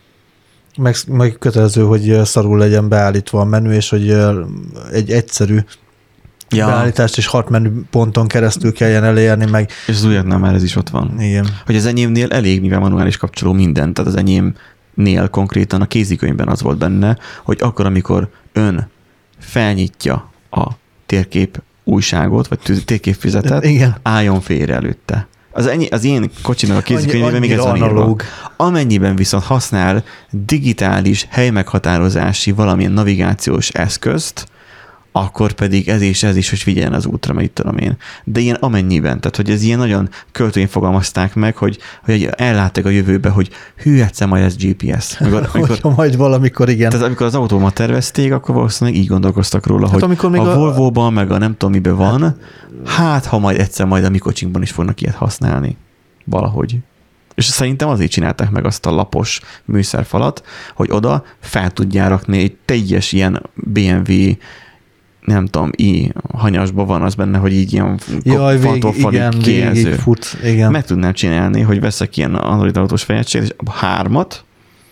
Meg, meg kötelező, hogy szarul legyen beállítva a menü, és hogy egy egyszerű ja. beállítást és hat menüponton keresztül kelljen elérni, meg... És az újaknál már ez is ott van. Igen. Hogy az enyémnél elég, mivel manuális kapcsoló minden, tehát az enyémnél konkrétan a kézikönyvben az volt benne, hogy akkor, amikor ön felnyitja a térkép újságot, vagy térképfüzetet, igen. álljon félre előtte. Az, ennyi, az én kocsinak a kézikönyvében még ez van írva. Amennyiben viszont használ digitális helymeghatározási valamilyen navigációs eszközt, akkor pedig ez is, ez is, hogy figyeljen az útra, mert itt tudom én. De ilyen amennyiben, tehát hogy ez ilyen nagyon költően fogalmazták meg, hogy, hogy ellátták a jövőbe, hogy hű, egyszer majd ez gé pé es. Amikor, amikor, majd valamikor, igen. Tehát amikor az autómat tervezték, akkor valószínűleg így gondolkoztak róla, hát, hogy amikor még a, a Volvo-ban, meg a nem tudom miben van, hát, hát ha majd egyszer majd a mi kocsinkban is fognak ilyet használni. Valahogy. És szerintem azért csinálták meg azt a lapos műszerfalat, hogy oda fel tudjál rakni egy teljes ilyen bé em vé nem tudom, i hanyasban van az benne, hogy így ilyen faltól falig kijelző. Fut, igen. Meg tudnám csinálni, hogy veszek ilyen Android autós fejegységet, és a hármat,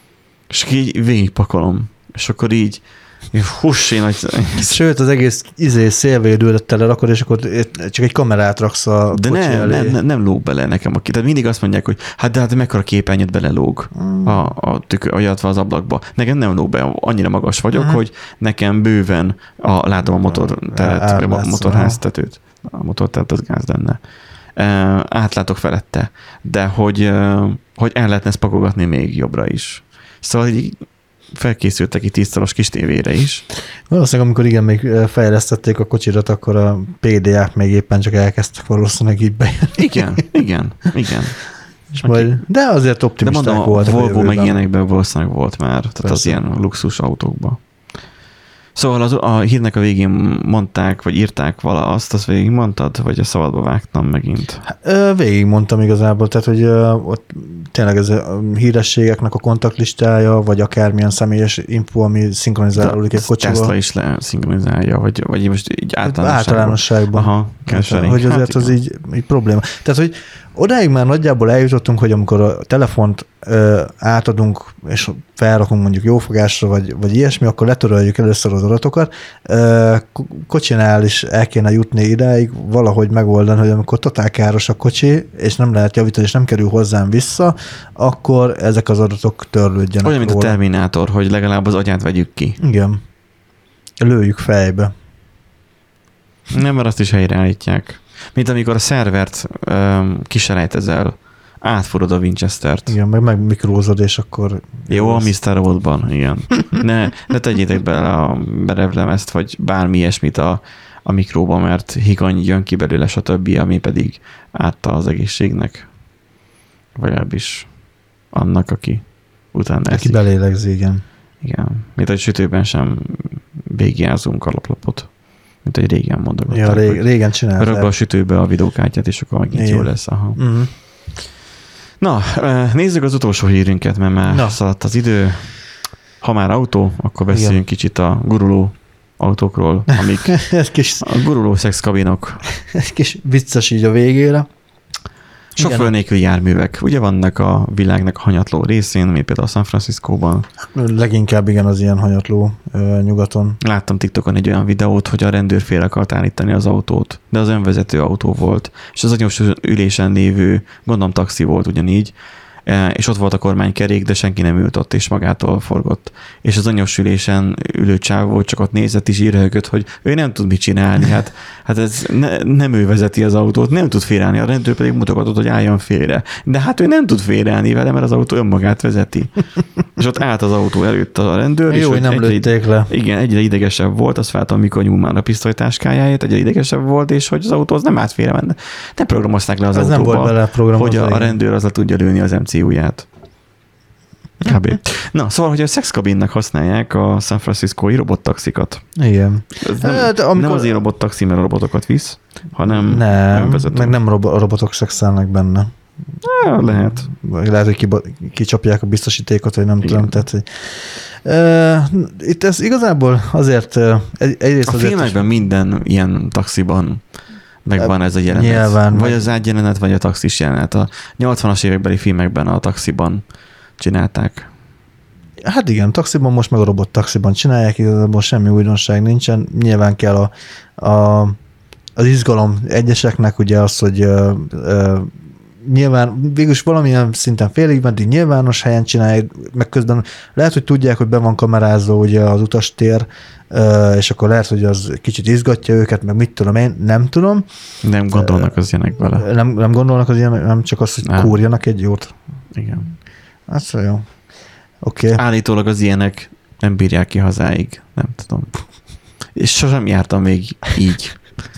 és így végigpakolom. És akkor így hussi nagy... Sőt, az egész izé szélvédődet telerakod, és akkor csak egy kamerát raksz a de kocsi nem, elé. nem, nem lóg bele nekem. Aki. Tehát mindig azt mondják, hogy hát de hát mekkora képernyőt belelóg mm. a, a tükör, ajatva az ablakba. Nekem nem lóg be, annyira magas vagyok, mm. hogy nekem bőven a, látom a motorteret, a motorháztetőt. A motorteret az gáz lenne. Uh, átlátok felette. De hogy, uh, hogy el lehetne ezt pakolgatni még jobbra is. Szóval így felkészültek itt tízszoros kis tévére is. Valószínűleg, amikor igen, még fejlesztették a kocsirat, akkor a pé dé á-k még éppen csak elkezdtek valószínűleg így bejönni. Igen, igen, igen. És majd, de azért optimisták de mondom, voltak. A Volvo meg ilyenekben valószínűleg volt már, tehát persze. Az ilyen luxus autókban. Szóval az, a hírnek a végén mondták, vagy írták vala azt, azt végig mondtad, vagy a szabadba vágtam megint? Végig mondtam igazából, tehát hogy ott tényleg ez a hírességeknek a kontaktlistája, vagy akármilyen személyes info, ami szinkronizálódik egy kocsival. Tesla is leszinkronizálja, vagy, vagy most így általánosságban. Általánosságban. Aha, általános, hogy azért hát az így, így probléma. Tehát, hogy odáig már nagyjából eljutottunk, hogy amikor a telefont ö, átadunk, és felrakunk mondjuk jófogásra, vagy, vagy ilyesmi, akkor letöröljük először az adatokat. Ö, kocsinál is el kéne jutni idáig, valahogy megoldani, hogy amikor totál káros a kocsi, és nem lehet javítani, és nem kerül hozzám vissza, akkor ezek az adatok törlődjenek. Olyan, mint róla. A Terminátor, hogy legalább az agyát vegyük ki. Igen. Lőjük fejbe. Nem, mert azt is helyreállítják. Mint amikor a szervert um, kiselejtezel, átforod a Winchester-t. Igen, meg megmikrózod, és akkor... Jó, a miszter Robotban, igen. Ne, ne tegyétek bele a berevlemezt, vagy bármi ilyesmit a, a mikróba, mert higany jön ki belőle, stb., ami pedig átta az egészségnek. Vagy legalábbis annak, aki utána aki eszik. belélegzi, igen. Igen. Mint hogy sütőben sem végigjázunk alaplapot. Mint hogy régen mondogatták. Ja, ré- régen csinálták. Rögbe a sütőbe a videókártyát, és akkor megint jó lesz. Aha. Uh-huh. Na, nézzük az utolsó hírünket, mert már Na. szaladt az idő. Ha már autó, akkor beszéljünk Igen. kicsit a guruló autókról, amik kis... a guruló szexkabinok. Egy kis vicces így a végére. Sofőr nélküli járművek. Ugye vannak a világnak a hanyatló részén, mint például San Franciscóban. Leginkább igen az ilyen hanyatló ö, nyugaton. Láttam TikTokon egy olyan videót, hogy a rendőr félre akart állítani az autót, de az önvezető autó volt. És az anyós ülésen lévő, gondolom taxi volt ugyanígy, és ott volt a kormánykerék, de senki nem ült ott, és magától forgott. És az anyós ülésen ülő csávó csak ott nézett és írhőgött, hogy ő nem tud mit csinálni, hát, hát ez ne, nem ő vezeti az autót, nem tud félreállni, a rendőr pedig mutogatott, hogy álljon félre. De hát ő nem tud félreállni vele, mert az autó önmagát vezeti. És ott állt az autó előtt a rendőr. Jó, hogy nem lőtték le. Igen, egyre idegesebb volt, azt váltam, mikor nyúl már a pisztolytáskájáért, egyre idegesebb volt, és hogy az autó az nem állt félre menne. Nem programozták le az ez autóba, nem volt bele hogy a, a rendőr az le tudja lőni az em cé ú-ját. kb. Na, szóval, hogy a szexkabinnek használják a San Francisco-i robottaxikat. Igen. Ez nem, hát, amikor... nem azért robottaxi, mert a robotokat visz, hanem nem, önvezető. meg nem robo- robotok szexelnek benne. Ja, lehet. Lehet, hogy kiba, kicsapják a biztosítékot, vagy nem igen. tudom. Tehát, hogy, uh, itt ez igazából azért uh, egy, egyrészt a azért... filmekben is... minden ilyen taxiban megvan ez a jelenet. Nyilván, vagy meg... az ágyjelenet, vagy a taxis jelenet. A nyolcvanas évekbeli filmekben a taxiban csinálták. Hát igen, taxiban most meg a robot taxiban csinálják, igazából semmi újdonság nincsen. Nyilván kell a, a, az izgalom egyeseknek, ugye az, hogy uh, uh, nyilván végülis valamilyen szinten félig meddig nyilvános helyen csinálják, meg közben lehet, hogy tudják, hogy be van kamerázva ugye az utastér, és akkor lehet, hogy az kicsit izgatja őket, meg mit tudom én, nem tudom. Nem gondolnak az ilyenek vele. Nem, nem gondolnak az ilyenek, nem csak az, hogy nem. Kúrjanak egy jót. Igen. Hát szóval jó. Oké. Okay. Állítólag az ilyenek nem bírják ki hazáig. Nem tudom. És sosem jártam még így.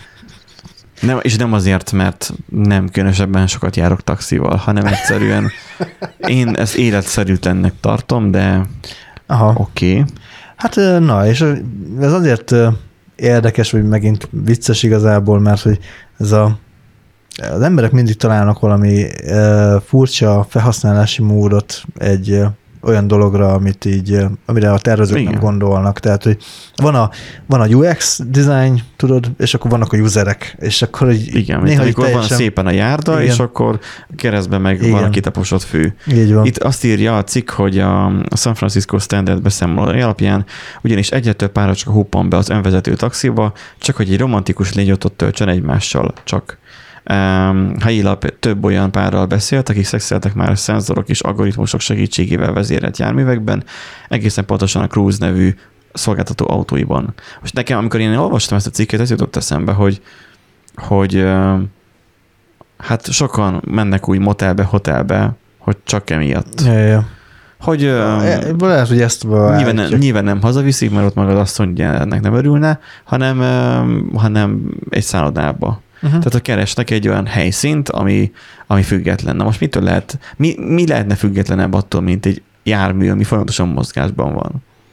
Nem, és nem azért, mert nem különösebben sokat járok taxival, hanem egyszerűen én ezt életszerűtlennek tartom, de oké. Okay. Hát na, és ez azért érdekes, hogy megint vicces igazából, mert hogy ez a, az emberek mindig találnak valami furcsa felhasználási módot egy olyan dologra, amit így, amire a tervezők igen. nem gondolnak. Tehát, hogy van a, van a u exi design, tudod, és akkor vannak a userek, és akkor így igen, néha amikor teljesen... van szépen a járda, igen. és akkor keresztben meg igen. van a kitaposott fű. Így van. Itt azt írja a cikk, hogy a San Francisco Standard beszámolója alapján ugyanis egyre több pára csak huppan be az önvezető taxiba, csak hogy egy romantikus lényotot töltsön egymással csak. Um, helyi lap több olyan párral beszélt, akik szexeltek már szenzorok és algoritmusok segítségével vezérelt járművekben, egészen pontosan a Cruise nevű szolgáltató autóiban. Most nekem, amikor én olvastam ezt a cikket, ez jutott eszembe, hogy, hogy uh, hát sokan mennek úgy motelbe, hotelbe, hogy csak emiatt. Ja, ja. Hogy uh, lehet, hogy ezt nyilván, nem, nyilván nem hazaviszik, mert ott magad azt mondja, ennek nem örülne, hanem, uh, hanem egy szállodába. Uh-huh. Tehát ha keresnek egy olyan helyszínt, ami, ami független. Na most mitől lehet, mi, mi lehetne függetlenebb attól, mint egy jármű, ami folyamatosan mozgásban van?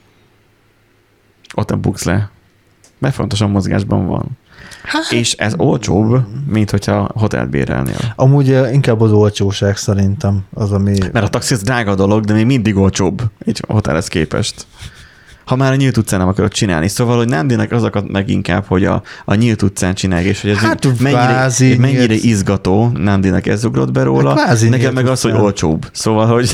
Ott nem buksz le. Mert folyamatosan mozgásban van. Hát, és ez olcsóbb, mint hogyha hotelt bérelnél. Amúgy inkább az olcsóság szerintem az, ami... Mert a taxi az drága dolog, de még mindig olcsóbb egy hotelhez képest. Ha már a nyílt utcán nem akarod csinálni. Szóval, hogy Nándinak azokat meg inkább, hogy a, a nyílt utcán csinálják, és hogy ez hát, mennyire, mennyire izgató, Nándinak ez ugrott be róla, nekem meg az, hogy olcsóbb. Szóval, hogy...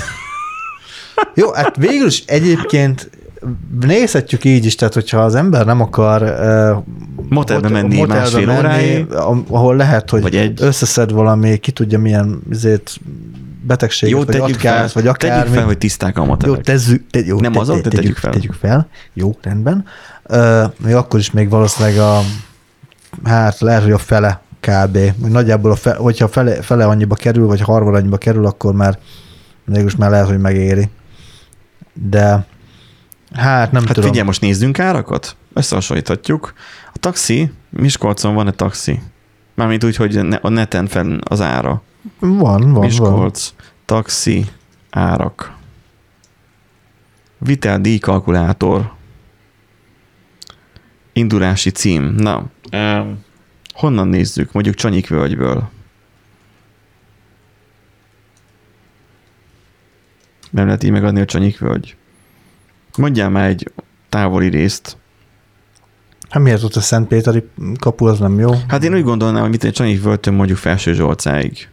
Jó, hát végül is egyébként nézhetjük így is, tehát hogyha az ember nem akar uh, motelbe menni motelbe másfél menni, óráig, ahol lehet, hogy vagy egy... összeszed valami, ki tudja milyen azért betegséget, jó, vagy akár, vagy akármi. Tegyük fel, hogy tiszták a motelek. Jó, tezzük, te, jó, nem te, azok, de tegyük, tegyük fel. Tegyük fel. Jó, rendben. Uh, még akkor is még valószínűleg a, hát lehet, hogy a fele kb. Nagyjából, a fe, hogyha fele, fele annyiba kerül, vagy harmad annyiba kerül, akkor már mégis már lehet, hogy megéri. De hát nem hát tudom. Figyelj, most nézzünk árakat? Összehasonlíthatjuk. A taxi, Miskolcon van egy taxi. Mármint úgy, hogy a neten fenn az ára. Van, van, Miskolc, van. Taxi, árak. Viteldíj kalkulátor. Indulási cím. Na, eh, honnan nézzük? Mondjuk Csanyikvölgyből. Nem lehet így megadni a Csanyikvölgy. Mondjál már egy távoli részt. Hát miért ott a Szentpéteri kapu, az nem jó? Hát én úgy gondolnám, hogy mit egy Csanyikvölgytől mondjuk Felsőzsolcáig.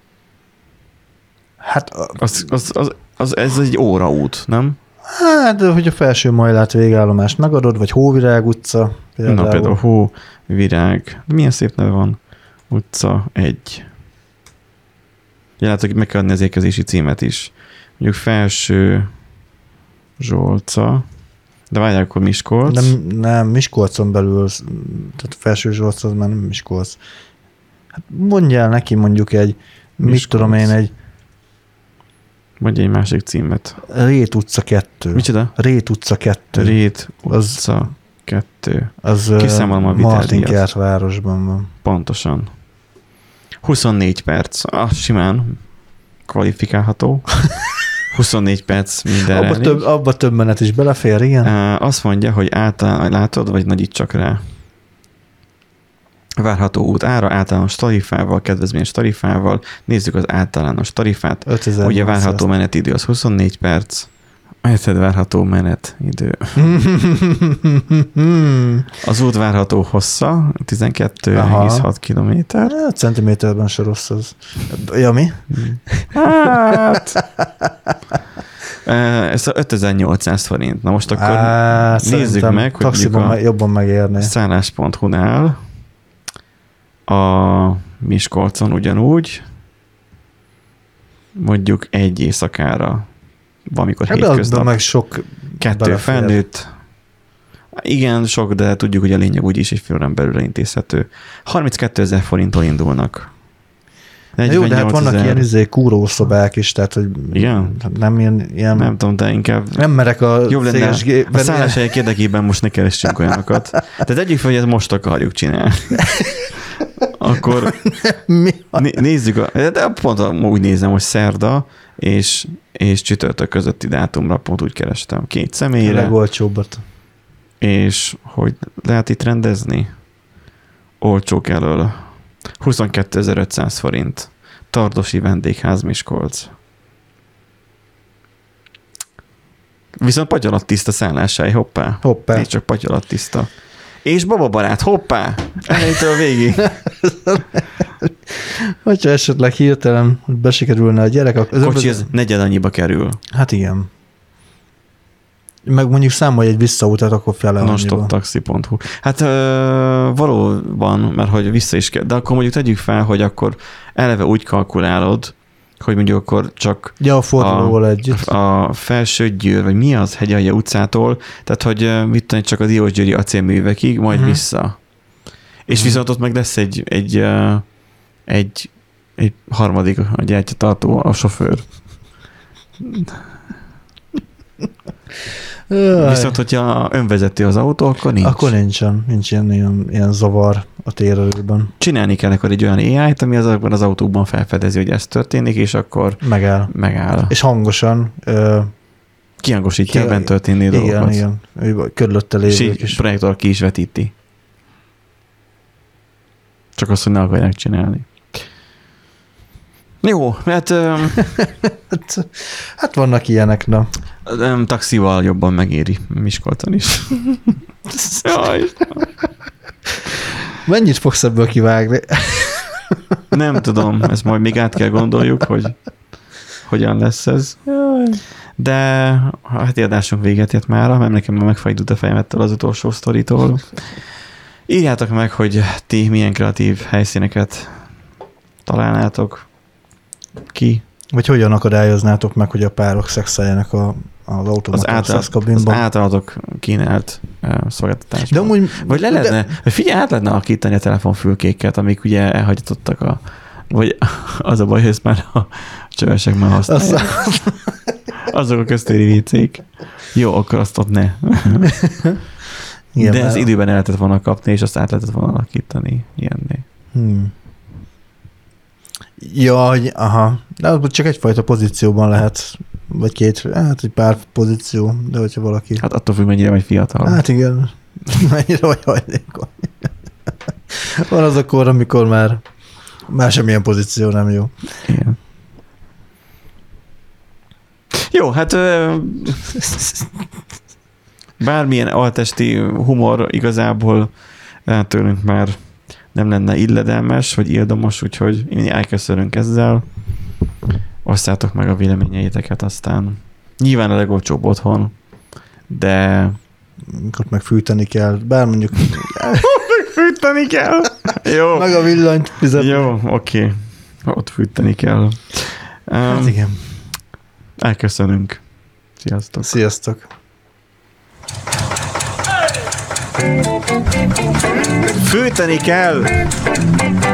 Hát az, az, az, az, ez egy óraút, nem? Hát, hogy a Felső Majlát végállomást megadod, vagy Hóvirág utca. Például. Na például Hóvirág. Milyen szép neve van? Utca egy. Ja, látok, meg kell adni az ékezési címet is. Mondjuk Felső Zsolca, de várják, akkor Miskolc. Nem, nem, Miskolcon belül, tehát Felső Zsolc az már nem Miskolc. Hát mondjál neki mondjuk egy, Miskolc. Mit tudom én, egy mondja egy másik címet. Rét utca kettő. Micsoda? Rét utca kettő. Rét utca az, kettő. Az kiszámolom a Martinkert városban van. Pontosan. huszonnégy perc. Ah, simán kvalifikálható. huszonnégy perc mindenre. Abba több, abba több menet is belefér, igen? Uh, azt mondja, hogy általán, látod, vagy nagyít csak rá. Várható út ára általános tarifával, kedvezményes tarifával. Nézzük az általános tarifát. Ugye várható menetidő az huszonnégy perc. Érted, várható menetidő. Az út várható hossza tizenkettő egész hat kilométer. Hát, centiméterben se rossz az. Ja, mi? Hát... Ez ötezer-nyolcszáz forint. Na most akkor Á, nézzük meg, hogy taxiban jobban megérni. szállás pont hu-nál a Miskolcon ugyanúgy mondjuk egy éjszakára valamikor hát hétköznap. meg sok kettő felnőtt. Igen, sok, de tudjuk, hogy a lényeg úgyis egy fél órán belül intézhető. harminckétezer forinttól indulnak. Jó, de hát vannak ezer. Ilyen izé, kúrószobák is, tehát hogy igen? Nem ilyen, ilyen... Nem tudom, de inkább... Nem merek a jobb lenne, a szálláshelyek érdekében most ne keressünk olyanokat. Tehát egyik fel, hogy ezt most akarjuk csinálni. Akkor Mi? Né- nézzük, a, de pont úgy nézem, hogy szerda és, és csütörtök közötti dátumra pont úgy kerestem két személyre. A legolcsóbbat. És hogy lehet itt rendezni? Olcsók elől. huszonkétezer-ötszáz forint. Tardosi vendégház Miskolc. Viszont patyalat tiszta szálláshely, hoppá. Hoppá. Nézd csak patyalat tiszta. És bababarát, hoppá! Elejétől végig. Hogyha esetleg hirtelen besikerülne a gyerek, akkor... Kocsi ez negyed annyiba kerül. Hát igen. Meg mondjuk számolj egy visszautat, akkor fele annyiba. nonstoptaxi pont hu. Hát ö, valóban, mert hogy vissza is kell, de akkor mondjuk tegyük fel, hogy akkor eleve úgy kalkulálod, hogy mondjuk akkor csak ja, a fordulóval együtt. A Felső Győr, vagy mi az, Hegyalja utcától, tehát hogy mit tudom, csak a Diósgyőri acélművekig, majd uh-huh. vissza. És uh-huh. viszont ott meg lesz egy, egy, egy, egy harmadik a gyertyatartó, a sofőr. Viszont, hogyha önvezető az autó, akkor nincs. Akkor nincsen, nincs ilyen, ilyen, ilyen zavar a térerőben. Csinálni kell akkor egy olyan á í-t, ami azokban az autókban felfedezi, hogy ez történik, és akkor megáll. megáll. És hangosan ö, kihangosítja ki, bent történni dolgokat. Igen, igen. Körülötte lévők is. Projektor ki is vetíti. Csak azt, hogy ne akarják csinálni. Jó, mert... hát, hát vannak ilyenek, na. Nem, taxival jobban megéri Miskolcon is. Jaj. Mennyit fogsz ebből kivágni? Nem tudom, ezt majd még át kell gondoljuk, hogy hogyan lesz ez. De a heti adásunk véget ért mára, mert nekem már megfajdult a fejem ettől az utolsó sztoritól. Írjátok meg, hogy ti milyen kreatív helyszíneket találnátok ki. Vagy hogyan akadályoznátok meg, hogy a párok szexeljenek a, az automatos szexkabinban. Az általatok kínált uh, szolgáltatásban. De amúgy, vagy le lehetne, de... figyelj, át lehetne alakítani a telefonfülkéket, amik ugye elhagyatottak a, vagy az a baj, hogy ezt már a csövesek már használják. Azok a köztéri vécék. Jó, akkor azt ott ne. Igen, de ez időben el lehetett volna kapni, és azt át lehetett volna alakítani ilyenné. Hmm. Ja, aha. De csak egyfajta pozícióban lehet, vagy két, hát egy pár pozíció, de hogyha valaki... Hát attól függ, mennyire vagy fiatal. Hát igen, mennyire vagy hajlékony. Van az a kor, amikor már, már semmilyen pozíció nem jó. Igen. Jó, hát bármilyen altesti humor igazából tőlünk már nem lenne illedelmes, vagy illdomos, úgyhogy én elköszönünk ezzel. Osszátok meg a véleményeiteket aztán. Nyilván a legolcsóbb otthon, de... Ott meg fűteni kell, bár mondjuk... meg fűteni kell! Jó. Meg a villanyt fizetni. Jó, oké. Okay. Ott fűteni kell. Hát Um, igen. elköszönünk. Sziasztok. Sziasztok. Fűteni kell!